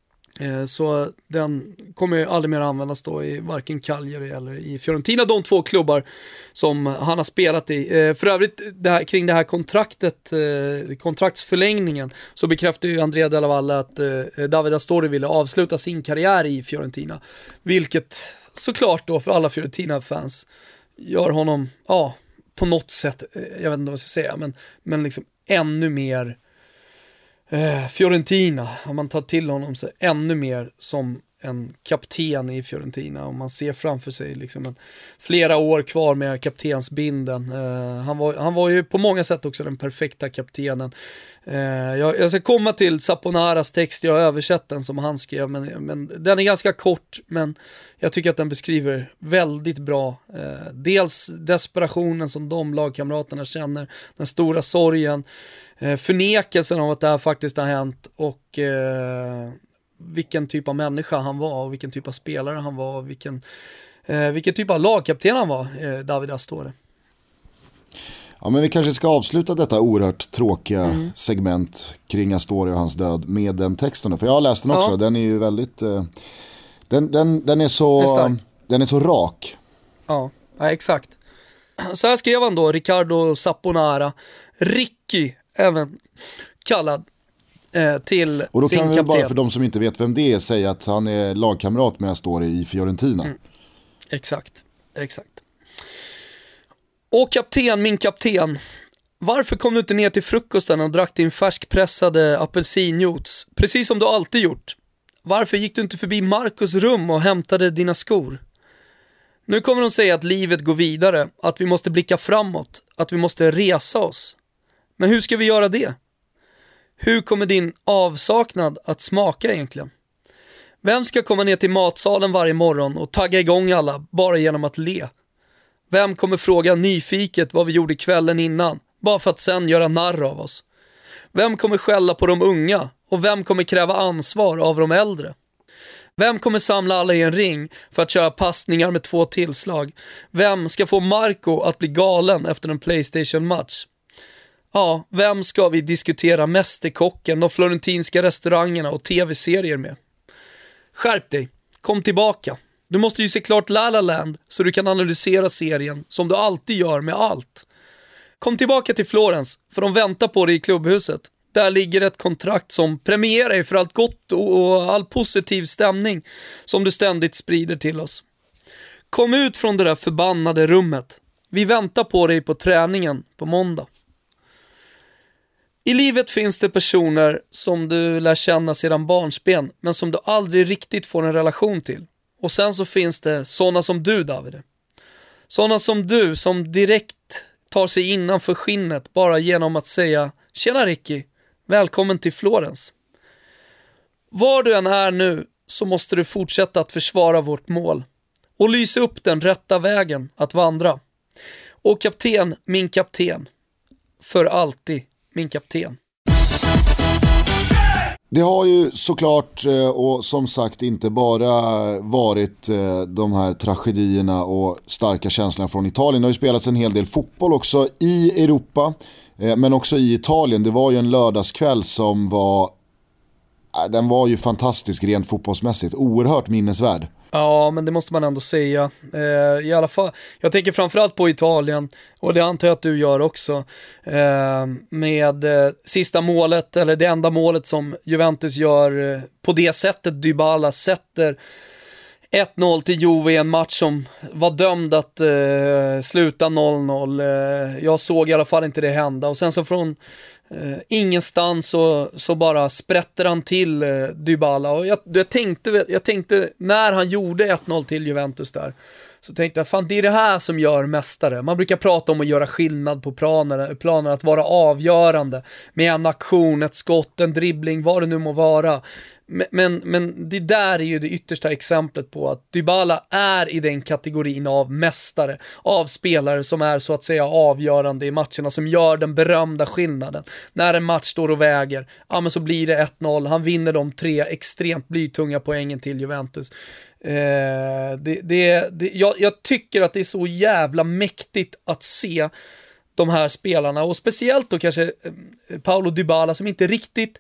Speaker 2: Så den kommer ju aldrig mer användas då i varken Cagliari eller i Fiorentina, de två klubbar som han har spelat i. För övrigt det här, kring det här kontraktet, kontraktsförlängningen, så bekräftar ju Andrea Della Valle att David Astori ville avsluta sin karriär i Fiorentina, vilket såklart då för alla Fiorentina-fans gör honom, ja, på något sätt, jag vet inte vad jag ska säga, men, men liksom ännu mer Eh, Fiorentina, om man tar till honom så ännu mer som en kapten i Fiorentina, och man ser framför sig liksom en, flera år kvar med kaptensbinden. Uh, han, var, han var ju på många sätt också den perfekta kaptenen. Uh, jag, jag ska komma till Saponaras text, jag har översatt den som han skrev, men, men den är ganska kort, men jag tycker att den beskriver väldigt bra uh, dels desperationen som de lagkamraterna känner, den stora sorgen, uh, förnekelsen av att det här faktiskt har hänt, och uh, vilken typ av människa han var och vilken typ av spelare han var och vilken, eh, vilken typ av lagkapten han var, eh, David Astore.
Speaker 1: Ja, men vi kanske ska avsluta detta oerhört tråkiga mm. segment kring Astore och hans död med den texten då. För jag har läst den också, ja. Den är ju väldigt eh, den, den, den, är så, är den är så rak.
Speaker 2: Ja, ja, exakt. Så här skrev han då, Riccardo Saponara, Ricky, även kallad till
Speaker 1: och då
Speaker 2: sin
Speaker 1: kan vi
Speaker 2: kapten.
Speaker 1: Bara för de som inte vet vem det är säga att han är lagkamrat med Astore i Fiorentina. Mm.
Speaker 2: Exakt, exakt. Och kapten, min kapten, varför kom du inte ner till frukosten och drack din färskpressade apelsinjuice, precis som du alltid gjort? Varför gick du inte förbi Marcos rum och hämtade dina skor? Nu kommer de säga att livet går vidare, att vi måste blicka framåt, att vi måste resa oss. Men hur ska vi göra det? Hur kommer din avsaknad att smaka egentligen? Vem ska komma ner till matsalen varje morgon och tagga igång alla bara genom att le? Vem kommer fråga nyfiket vad vi gjorde kvällen innan, bara för att sen göra narr av oss? Vem kommer skälla på de unga och vem kommer kräva ansvar av de äldre? Vem kommer samla alla i en ring för att köra passningar med två tillslag? Vem ska få Marco att bli galen efter en PlayStation-match? Ja, vem ska vi diskutera mästerkocken, de florentinska restaurangerna och tv-serier med? Skärp dig, kom tillbaka. Du måste ju se klart La La Land så du kan analysera serien som du alltid gör med allt. Kom tillbaka till Florens, för de väntar på dig i klubbhuset. Där ligger ett kontrakt som premierar dig för allt gott och all positiv stämning som du ständigt sprider till oss. Kom ut från det där förbannade rummet. Vi väntar på dig på träningen på måndag. I livet finns det personer som du lär känna sedan barnsben, men som du aldrig riktigt får en relation till. Och sen så finns det sådana som du, David. Sådana som du som direkt tar sig innanför skinnet bara genom att säga: tjena Ricky, välkommen till Florens. Var du än är nu så måste du fortsätta att försvara vårt mål och lysa upp den rätta vägen att vandra. Och kapten, min kapten, för alltid min kapten.
Speaker 1: Det har ju såklart och som sagt inte bara varit de här tragedierna och starka känslorna från Italien. Det har ju spelats en hel del fotboll också i Europa, men också i Italien. Det var ju en lördagskväll som var, den var ju fantastisk rent fotbollsmässigt, oerhört minnesvärd.
Speaker 2: Ja, men det måste man ändå säga. Eh, I alla fall, jag tänker framförallt på Italien, och det antar jag att du gör också. Eh, med eh, sista målet, eller det enda målet som Juventus gör eh, på det sättet. Dybala sätter ett noll till Juve i en match som var dömd att eh, sluta noll noll. Eh, jag såg i alla fall inte det hända. Och sen så från Uh, ingenstans så, så bara sprätter han till uh, Dybala, och jag, jag, tänkte, jag tänkte när han gjorde ett noll till Juventus där, så tänkte jag, fan, det är det här som gör mästare. Man brukar prata om att göra skillnad på planer, planer att vara avgörande med en aktion, ett skott, en dribbling, vad det nu må vara. Men, men, men det där är ju det yttersta exemplet på att Dybala är i den kategorin av mästare, av spelare som är så att säga avgörande i matcherna, som gör den berömda skillnaden. När en match står och väger, ja men så blir det ett noll, han vinner de tre extremt blytunga poängen till Juventus. Eh, det, det, det, jag, jag tycker att det är så jävla mäktigt att se de här spelarna, och speciellt då kanske eh, Paulo Dybala, som inte riktigt,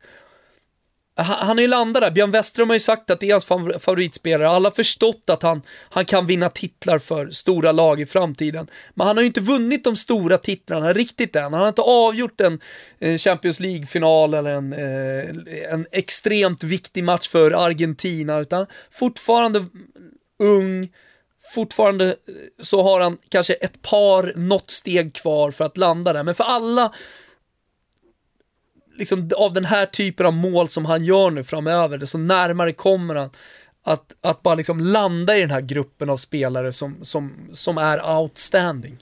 Speaker 2: han, han är ju landat där. Björn Westerholm har ju sagt att det är hans favoritspelare. Alla har förstått att han, han kan vinna titlar för stora lag i framtiden, men han har ju inte vunnit de stora titlarna riktigt än. Han har inte avgjort en eh, Champions League-final eller en, eh, en extremt viktig match för Argentina, utan fortfarande ung. Fortfarande så har han kanske ett par något steg kvar för att landa där. Men för alla liksom av den här typen av mål som han gör nu framöver, det så närmare kommer han att, att bara liksom landa i den här gruppen av spelare som, som, som är outstanding.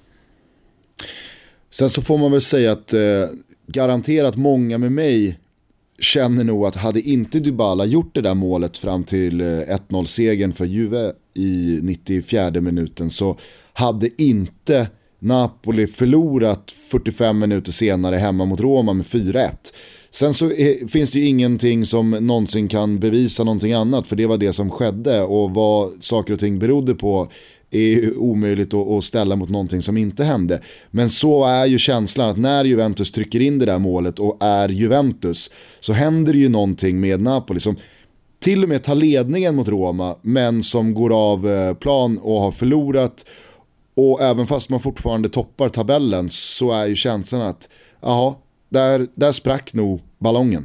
Speaker 1: Sen så får man väl säga att eh, garanterat många med mig känner nog att hade inte Dybala gjort det där målet fram till eh, ett noll-segern för Juve i nittiofjärde minuten, så hade inte Napoli förlorat fyrtiofem minuter senare hemma mot Roma med fyra ett. Sen så är, finns det ju ingenting som någonsin kan bevisa någonting annat, för det var det som skedde, och vad saker och ting berodde på är omöjligt att, att ställa mot någonting som inte hände. Men så är ju känslan att när Juventus trycker in det där målet och är Juventus, så händer det ju någonting med Napoli som till och med tar ledningen mot Roma, men som går av plan och har förlorat. Och även fast man fortfarande toppar tabellen, så är ju känslan att jaha, där, där sprack nog ballongen.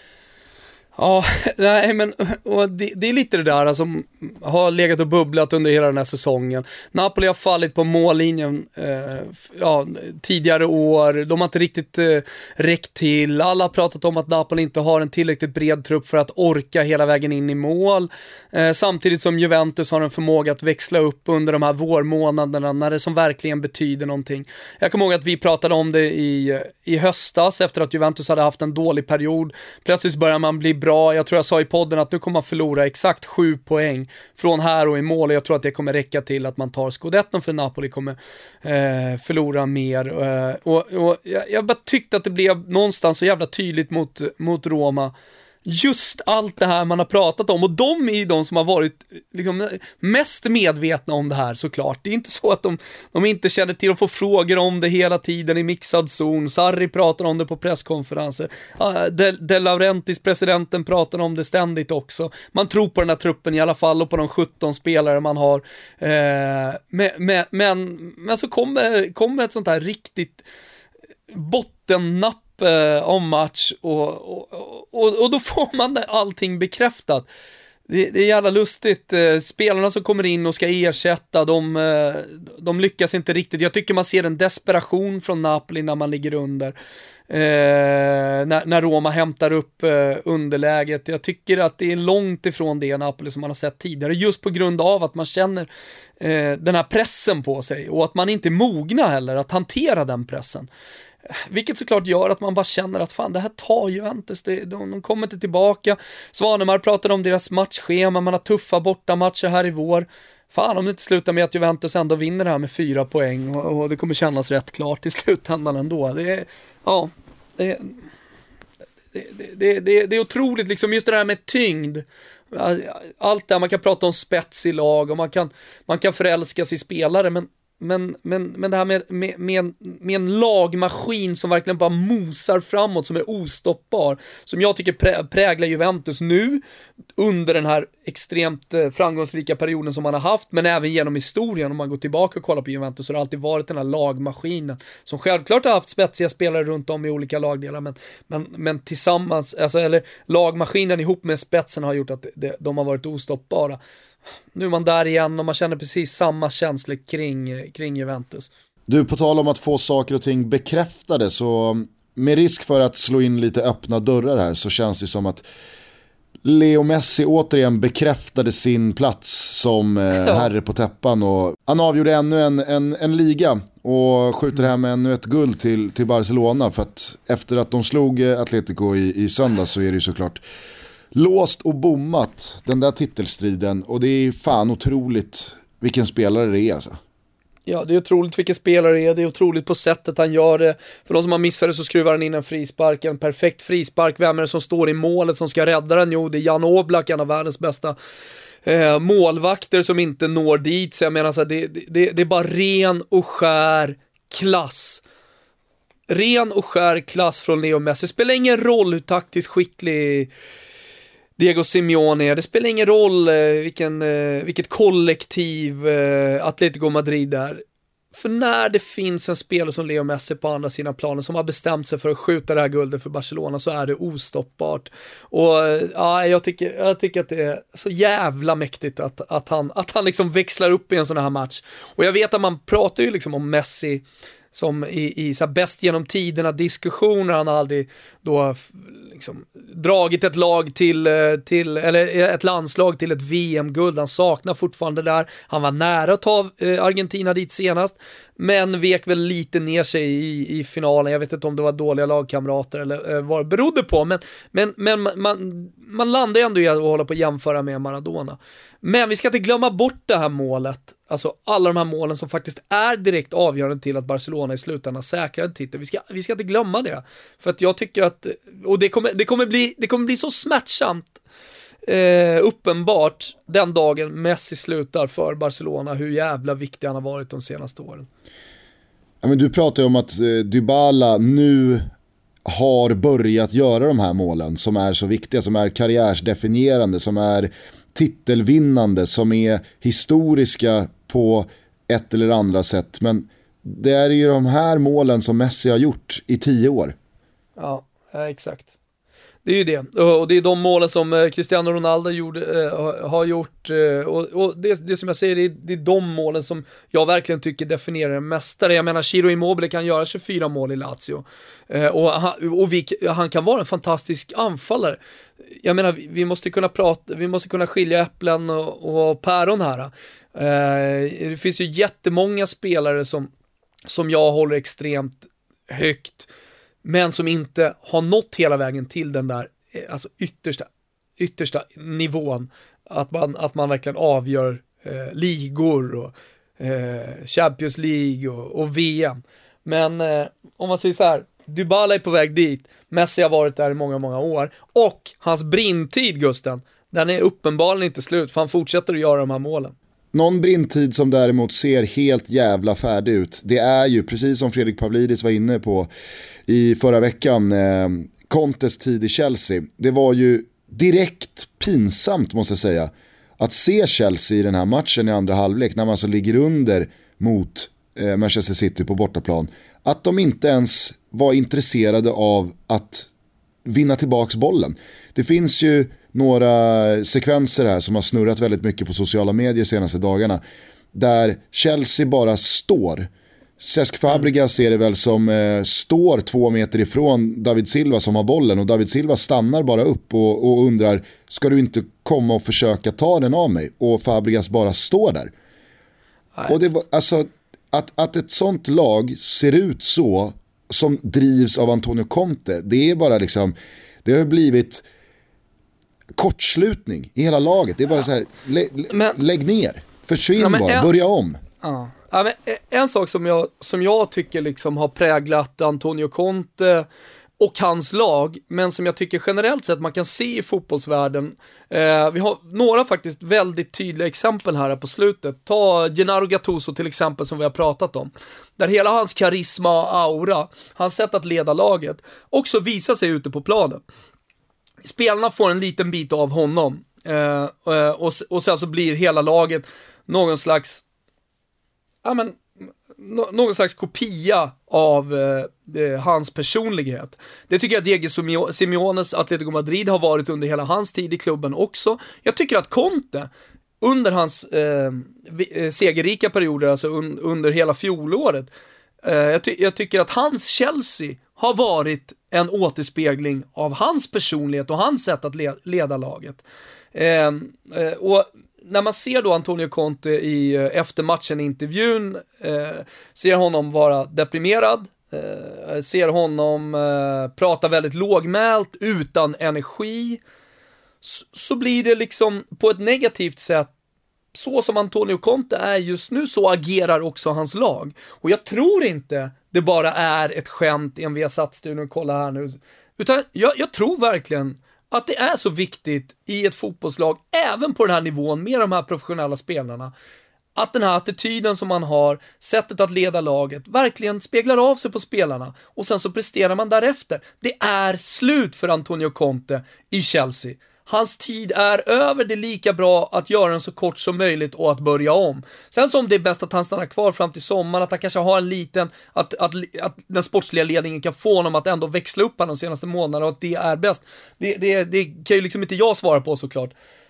Speaker 2: Ja, nej men och det, det är lite det där som har legat och bubblat under hela den här säsongen. Napoli har fallit på mållinjen eh, ja, tidigare år. De har inte riktigt eh, räckt till. Alla har pratat om att Napoli inte har en tillräckligt bred trupp för att orka hela vägen in i mål. Eh, samtidigt som Juventus har en förmåga att växla upp under de här vårmånaderna när det som verkligen betyder någonting. Jag kommer ihåg att vi pratade om det i, i höstas efter att Juventus hade haft en dålig period. Plötsligt börjar man bli bra. Jag tror jag sa i podden att nu kommer man förlora exakt sju poäng från här och i mål, och jag tror att det kommer räcka till att man tar Scudetton, för Napoli kommer eh, förlora mer. Eh, och, och jag, jag bara tyckte att det blev någonstans så jävla tydligt mot, mot Roma. Just allt det här man har pratat om, och de är ju de som har varit liksom mest medvetna om det här, såklart. Det är inte så att de, de inte känner till att få frågor om det hela tiden i mixad zon. Sarri pratar om det på presskonferenser. De, De Laurentiis, presidenten, pratar om det ständigt också. Man tror på den här truppen i alla fall, och på de sjutton spelare man har. Eh, men, men, men, men så kommer, kommer ett sånt här riktigt bottennapp om match, och, och, och, och då får man allting bekräftat. Det, det är jävla lustigt. Spelarna som kommer in och ska ersätta, de, de lyckas inte riktigt. Jag tycker man ser en desperation från Napoli när man ligger under. Eh, när, när Roma hämtar upp eh, underläget. Jag tycker att det är långt ifrån det Napoli som man har sett tidigare, just på grund av att man känner eh, den här pressen på sig, och att man inte är mogna heller att hantera den pressen. Vilket såklart gör att man bara känner att fan, det här tar Juventus, det, de, de kommer inte tillbaka. Svanemar pratade om deras matchschema, man har tuffa bortamatcher här i vår. Fan, om det inte slutar med att Juventus ändå vinner det här med fyra poäng, och, och det kommer kännas rätt klart i slutändan ändå. Det är, ja, det, det, det, det, det är otroligt liksom, just det här med tyngd. Allt där, man kan prata om spets i lag, och man kan, man kan förälska sig i spelare, men Men, men, men det här med, med, med, en, med en lagmaskin som verkligen bara mosar framåt, som är ostoppbar, som jag tycker prä, präglar Juventus nu under den här extremt eh, framgångsrika perioden som man har haft, men även genom historien. Om man går tillbaka och kollar på Juventus, så har det alltid varit den här lagmaskinen som självklart har haft spetsiga spelare runt om i olika lagdelar, men, men, men tillsammans, alltså, eller lagmaskinen ihop med spetsen har gjort att det, de har varit ostoppbara. Nu är man där igen, och man känner precis samma känslor kring, kring Juventus.
Speaker 1: Du, på tal om att få saker och ting bekräftade, så med risk för att slå in lite öppna dörrar här, så känns det som att Leo Messi återigen bekräftade sin plats som eh, herre på täppan, och han avgjorde ännu en, en, en liga och skjuter hem ännu ett guld till, till Barcelona, för att efter att de slog Atletico i, i söndag, så är det ju såklart låst och bommat, den där titelstriden, och det är fan otroligt vilken spelare det är alltså.
Speaker 2: Ja, det är otroligt vilken spelare det är, det är otroligt på sättet han gör det. För de som har missat det, så skruvar han in en frispark, en perfekt frispark. Vem är det som står i målet som ska rädda den? Jo, det är Jan Oblak, en av världens bästa eh, målvakter, som inte når dit. Så jag menar så här, det, det, det är bara ren och skär klass. Ren och skär klass från Leo Messi. Det spelar ingen roll hur taktiskt skicklig Diego Simeone, det spelar ingen roll eh, vilken, eh, vilket kollektiv eh, Atletico Madrid är. För när det finns en spelare som Leo Messi på andra sidan planen, som har bestämt sig för att skjuta det här guldet för Barcelona, så är det ostoppbart. Och eh, ja, jag tycker, jag tycker att det är så jävla mäktigt att, att, han, att han liksom växlar upp i en sån här match. Och jag vet att man pratar ju liksom om Messi som i, i så här bäst genom tiderna diskussioner, han har aldrig då liksom dragit ett lag till, till eller ett landslag till ett V M-guld, han saknar fortfarande där, han var nära att ta Argentina dit senast, men vek väl lite ner sig i, i finalen. Jag vet inte om det var dåliga lagkamrater eller vad det berodde på, men, men, men man, man landar ändå i att hålla på att jämföra med Maradona. Men vi ska inte glömma bort det här målet, alltså alla de här målen som faktiskt är direkt avgörande till att Barcelona i slutändan säkrar en titel. Vi ska, vi ska inte glömma det, för att jag tycker att, och det kommer, det kommer, bli, det kommer bli så smärtsamt eh, uppenbart den dagen Messi slutar för Barcelona, hur jävla viktig han har varit de senaste åren.
Speaker 1: Ja, men du pratar ju om att eh, Dybala nu har börjat göra de här målen som är så viktiga, som är karriärsdefinierande, som är titelvinnande, som är historiska på ett eller andra sätt. Men det är ju de här målen som Messi har gjort i tio år.
Speaker 2: Ja, exakt. Det är ju det. Och det är de målen som Cristiano Ronaldo gjorde, har gjort. Och, och det, det som jag säger, det är, det är de målen som jag verkligen tycker definierar en mästare. Jag menar, Ciro Immobile kan göra tjugofyra mål i Lazio. Och, han, och vi, han kan vara en fantastisk anfallare. Jag menar, vi måste kunna prata, vi måste kunna skilja äpplen och, och päron här. Det finns ju jättemånga spelare som, som jag håller extremt högt, men som inte har nått hela vägen till den där alltså yttersta, yttersta nivån, att man, att man verkligen avgör eh, ligor och eh, Champions League och, och V M. Men eh, om man säger så här, Dybala är på väg dit, Messi har varit där i många, många år, och hans brintid, Gusten, den är uppenbarligen inte slut, för han fortsätter att göra de här målen.
Speaker 1: Någon brintid som däremot ser helt jävla färdig ut, det är ju, precis som Fredrik Pavlidis var inne på i förra veckan, eh, Contes tid i Chelsea. Det var ju direkt pinsamt, måste jag säga, att se Chelsea i den här matchen i andra halvlek, när man så ligger under mot eh, Manchester City på bortaplan, att de inte ens var intresserade av att vinna tillbaks bollen. Det finns ju några sekvenser här som har snurrat väldigt mycket på sociala medier senaste dagarna, där Chelsea bara står. Cesc Fabregas ser det väl som eh, står två meter ifrån David Silva som har bollen, och David Silva stannar bara upp och, och undrar, ska du inte komma och försöka ta den av mig? Och Fabregas bara står där. Nej. Och det var, alltså, att, att ett sånt lag ser ut så, som drivs av Antonio Conte, det är bara liksom, det har blivit kortslutning i hela laget. Det är bara så här, lä, men, lägg ner, försvinn ja, bara, en, börja om.
Speaker 2: Ja. Ja, men en sak som jag, som jag tycker liksom har präglat Antonio Conte och hans lag, men som jag tycker generellt sett man kan se i fotbollsvärlden. Eh, vi har några faktiskt väldigt tydliga exempel här på slutet. Ta Gennaro Gattuso till exempel, som vi har pratat om. Där hela hans karisma och aura, hans sätt att leda laget, också visar sig ute på planen. Spelarna får en liten bit av honom. Eh, och, och sen så blir hela laget någon slags ja, men, no- någon slags kopia av eh, hans personlighet. Det tycker jag Diego Simeones Atletico Madrid har varit under hela hans tid i klubben också. Jag tycker att Conte under hans eh, segerrika perioder, alltså un- under hela fjolåret, eh, jag, ty- jag tycker att hans Chelsea har varit en återspegling av hans personlighet och hans sätt att le- leda laget. Eh, eh, och när man ser då Antonio Conte i eftermatchen intervjun, eh, ser honom vara deprimerad, eh, ser honom eh, prata väldigt lågmält, utan energi, så, så blir det liksom på ett negativt sätt, så som Antonio Conte är just nu, så agerar också hans lag. Och jag tror inte det bara är ett skämt i en Viasat-studion, kolla här nu, utan jag, jag tror verkligen att det är så viktigt i ett fotbollslag, även på den här nivån med de här professionella spelarna, att den här attityden som man har, sättet att leda laget, verkligen speglar av sig på spelarna, och sen så presterar man därefter. Det är slut för Antonio Conte i Chelsea. Hans tid är över, det är lika bra att göra den så kort som möjligt och att börja om. Sen så om det är bäst att han stannar kvar fram till sommaren, att han kanske har en liten, att, att, att den sportsliga ledningen kan få honom att ändå växla upp han de senaste månaderna, och att det är bäst. Det, det, det kan ju liksom inte jag svara på, såklart.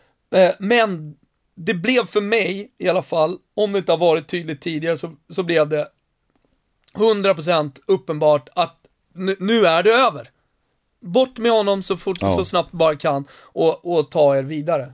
Speaker 2: Men det blev för mig i alla fall, om det inte har varit tydligt tidigare, så, så blev det hundra procent uppenbart att nu, nu är det över. Bort med honom så fort ja. så snabbt bara kan och, och ta er vidare.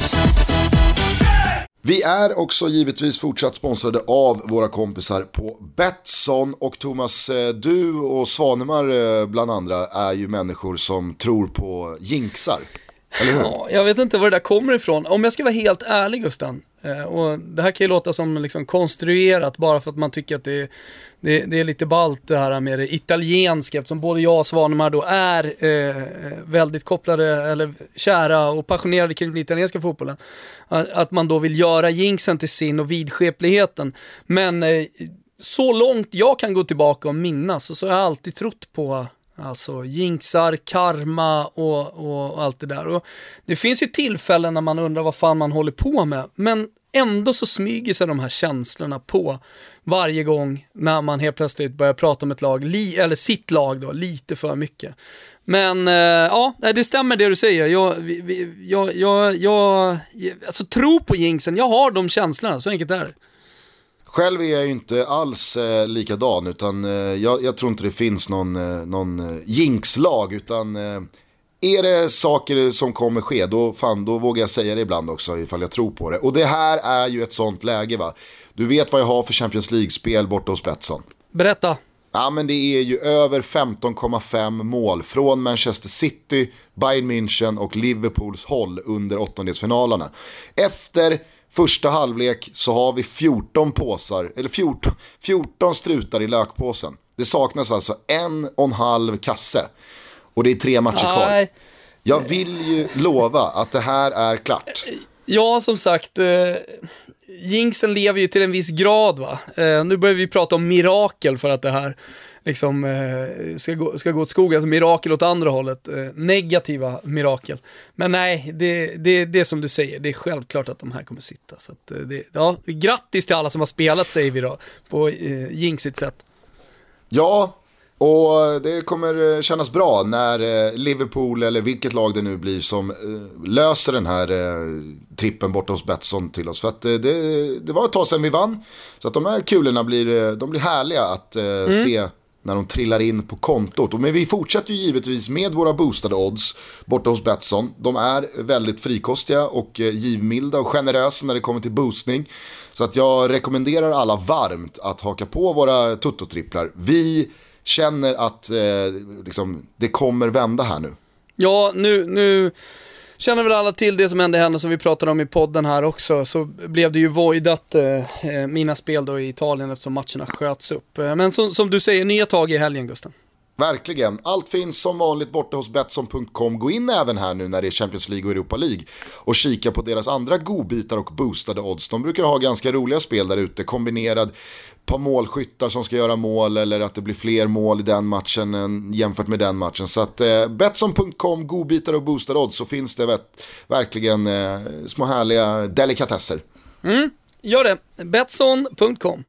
Speaker 1: Vi är också givetvis fortsatt sponsrade av våra kompisar på Betsson. Och Thomas, du och Svanemar bland andra är ju människor som tror på jinxar. Eller hur?
Speaker 2: Ja, jag vet inte var det där kommer ifrån. Om jag ska vara helt ärlig, Gusten, och det här kan ju låta som liksom konstruerat bara för att man tycker att det är, det, det är lite ballt det här med det italienska, eftersom både jag och Svanemar då är eh, väldigt kopplade eller kära och passionerade kring den italienska fotbollen. Att, att man då vill göra jinxen till sin och vidskepligheten. Men eh, så långt jag kan gå tillbaka och minnas så har jag alltid trott på alltså jinxar, karma och, och allt det där. Och det finns ju tillfällen när man undrar vad fan man håller på med. Men ändå så smyger sig de här känslorna på varje gång när man helt plötsligt börjar prata om ett lag, li, eller sitt lag då, lite för mycket. Men eh, ja, det stämmer det du säger. Jag, vi, jag, jag, jag alltså, tror på jinxen, jag har de känslorna, så enkelt är det.
Speaker 1: Själv är jag ju inte alls eh, likadan, utan eh, jag, jag tror inte det finns någon, eh, någon eh, jinxlag, utan eh, är det saker som kommer ske, då, fan, då vågar jag säga det ibland också ifall jag tror på det. Och det här är ju ett sånt läge, va. Du vet vad jag har för Champions League-spel borta hos Betsson.
Speaker 2: Berätta.
Speaker 1: Ja, men det är ju över femton komma fem mål från Manchester City, Bayern München och Liverpools håll under åttondelsfinalerna. Efter första halvlek så har vi fjorton påsar, eller fjorton, fjorton strutar i lökpåsen. Det saknas alltså en och en halv kasse. Och det är tre matcher kvar. Nej. Jag vill ju lova att det här är klart.
Speaker 2: Ja, som sagt, eh, jinxen lever ju till en viss grad, va. Eh, nu börjar vi prata om mirakel för att det här liksom eh, ska, gå, ska gå åt skogen. Alltså mirakel åt andra hållet. Eh, negativa mirakel. Men nej, det, det, det är som du säger. Det är självklart att de här kommer sitta. Så att, eh, det, ja, grattis till alla som har spelat, säger vi då, på eh, jinxigt sätt.
Speaker 1: Ja, och det kommer kännas bra när Liverpool eller vilket lag det nu blir som löser den här trippen borta hos Betsson till oss. För att det, det var ett tag sedan vi vann. Så att de här kulorna blir, de blir härliga att mm. se när de trillar in på kontot. Men vi fortsätter ju givetvis med våra boostade odds borta hos Betsson. De är väldigt frikostiga och givmilda och generösa när det kommer till boostning. Så att jag rekommenderar alla varmt att haka på våra tuttotripplar. Vi känner att eh, liksom, det kommer vända här nu.
Speaker 2: Ja, nu, nu känner väl alla till det som hände henne som vi pratade om i podden här också. Så blev det ju voidat eh, mina spel då i Italien eftersom matcherna sköts upp. Men som, som du säger, nya tag i helgen, Gusten.
Speaker 1: Verkligen. Allt finns som vanligt borta hos Betsson punkt com. Gå in även här nu när det är Champions League och Europa League och kika på deras andra godbitar och boostade odds. De brukar ha ganska roliga spel där ute, kombinerad på målskyttar som ska göra mål eller att det blir fler mål i den matchen än, jämfört med den matchen. Så att eh, Betsson punkt com, godbitar och boostade odds, så finns det vet, verkligen eh, små härliga delikatesser.
Speaker 2: Mm, gör det. Betsson punkt com.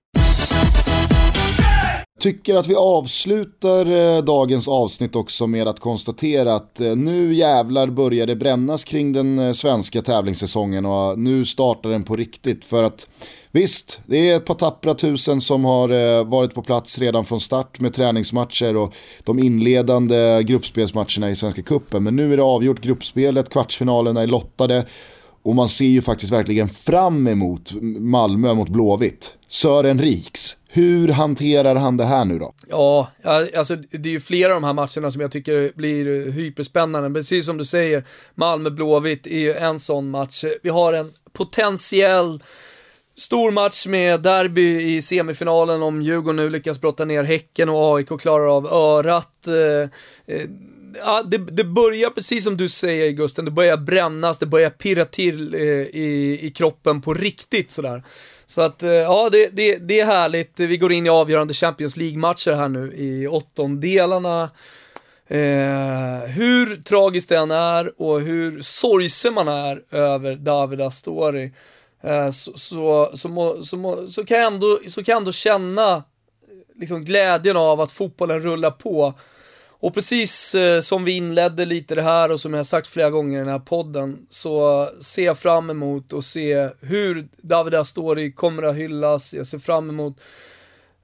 Speaker 1: Tycker att vi avslutar dagens avsnitt också med att konstatera att nu jävlar börjar det brännas kring den svenska tävlingssäsongen och nu startar den på riktigt. För att visst, det är ett par tappra tusen som har varit på plats redan från start med träningsmatcher och de inledande gruppspelsmatcherna i Svenska Cupen. Men nu är det avgjort, gruppspelet, kvartsfinalerna är lottade. Och man ser ju faktiskt verkligen fram emot Malmö mot Blåvitt. Sören Riks, hur hanterar han det här nu då?
Speaker 2: Ja, alltså det är ju flera av de här matcherna som jag tycker blir hyperspännande. Precis som du säger, Malmö-Blåvitt är ju en sån match. Vi har en potentiell stor match med derby i semifinalen om Djurgården nu lyckas brotta ner Häcken och A I K klarar av Örat. Ja, det, det börjar precis som du säger, Gusten, det börjar brännas, det börjar pirra till eh, i, i kroppen på riktigt sådär. Så att eh, ja, det, det, det är härligt. Vi går in i avgörande Champions League-matcher här nu i åttondelarna. Eh, hur tragiskt den är och hur sorgsen man är över David Astori, eh, så, så, så, må, så, må, så, kan jag ändå, så kan jag ändå känna liksom glädjen av att fotbollen rullar på. Och precis eh, som vi inledde lite det här och som jag har sagt flera gånger i den här podden, så ser jag fram emot att se hur David Astori kommer att hyllas. Jag ser fram emot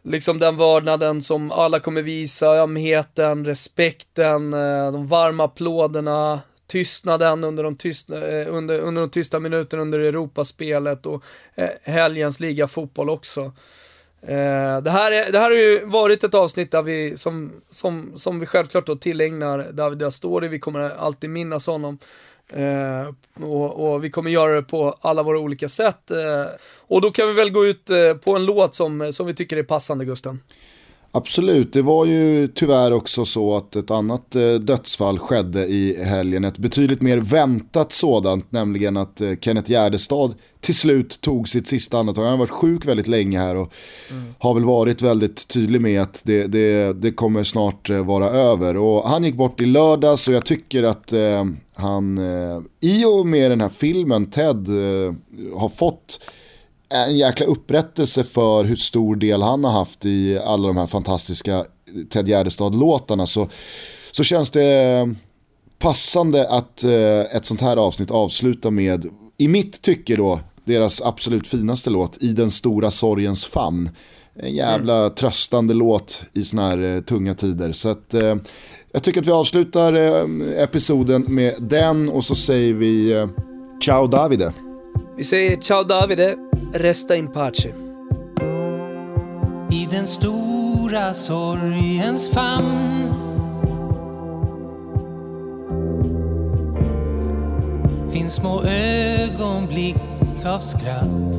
Speaker 2: liksom den vördnaden som alla kommer visa, ömheten, respekten, de varma applåderna, tystnaden under de, tysta, under, under de tysta minuterna under Europaspelet och helgens liga fotboll också. Det här, är, det här har ju varit ett avsnitt där vi, som, som, som vi självklart då tillägnar David Astori. Vi kommer alltid minnas honom. Uh, och, och vi kommer göra det på alla våra olika sätt uh, och då kan vi väl gå ut uh, på en låt som, som vi tycker är passande, Gusten.
Speaker 1: Absolut, det var ju tyvärr också så att ett annat eh, dödsfall skedde i helgen, ett betydligt mer väntat sådant, nämligen att eh, Kenneth Gärdestad till slut tog sitt sista andetag. Han har varit sjuk väldigt länge här och mm. har väl varit väldigt tydlig med att det, det, det kommer snart eh, vara över. Och han gick bort i lördags och jag tycker att eh, han eh, i och med den här filmen Ted eh, har fått en jäkla upprättelse för hur stor del han har haft i alla de här fantastiska Ted Gärdestad-låtarna, så, så känns det passande att eh, ett sånt här avsnitt avsluta med, i mitt tycke då, deras absolut finaste låt, I den stora sorgens famn. En jävla mm. tröstande låt i såna här eh, tunga tider. Så att eh, jag tycker att vi avslutar eh, episoden med den och så säger vi eh, ciao Davide.
Speaker 2: Vi säger ciao Davide. Resta in pace.
Speaker 3: I den stora sorgens famn finns små ögonblick av skratt.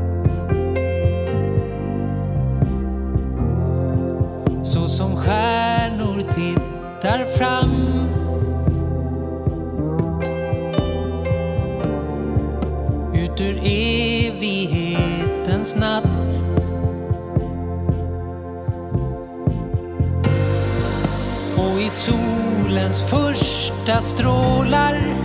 Speaker 3: Så som stjärnor tittar fram ut ur evighetens natt. Och i solens första strålar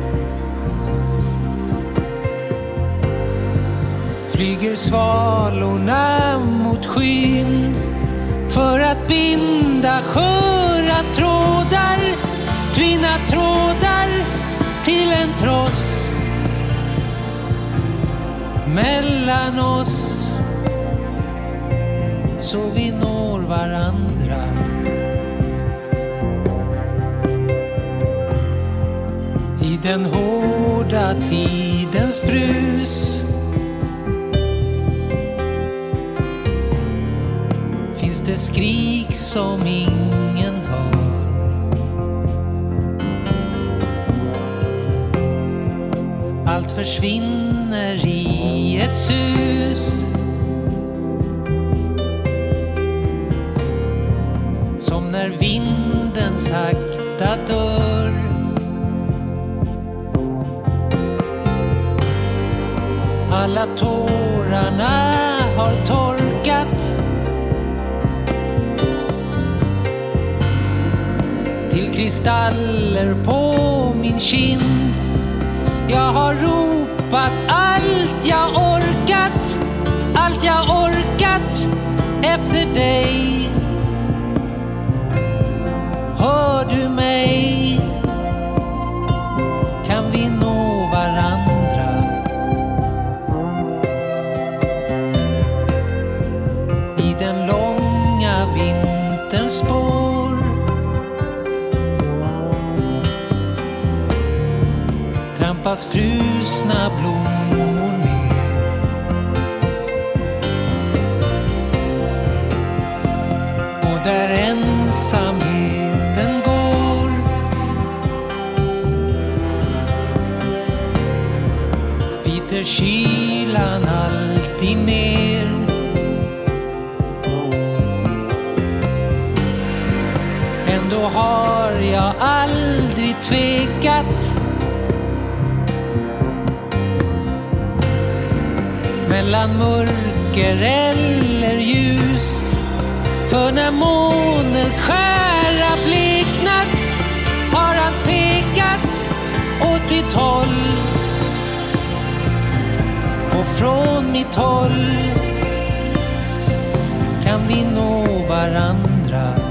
Speaker 3: flyger svalorna mot skyn för att binda sköra trådar, tvinna trådar till en tross mellan oss, så vi når varandra. I den hårda tidens brus finns det skrik som ingen hör. Allt försvinner i ett sus, som när vinden sakta dör. Alla tårarna har torkat till kristaller på min kind. Jag har ropat allt jag orkat, allt jag orkat efter dig. Hör du mig? Kan vi nå varandra? I den långa vinterns spår trampas frusna blommor ner. Och där ensamheten går biter kylan alltid mer. Ändå har jag aldrig tvekat mellan mörker eller ljus. För när månens skära bleknat har allt pekat åt ditt håll. Och från mitt håll kan vi nå varandra.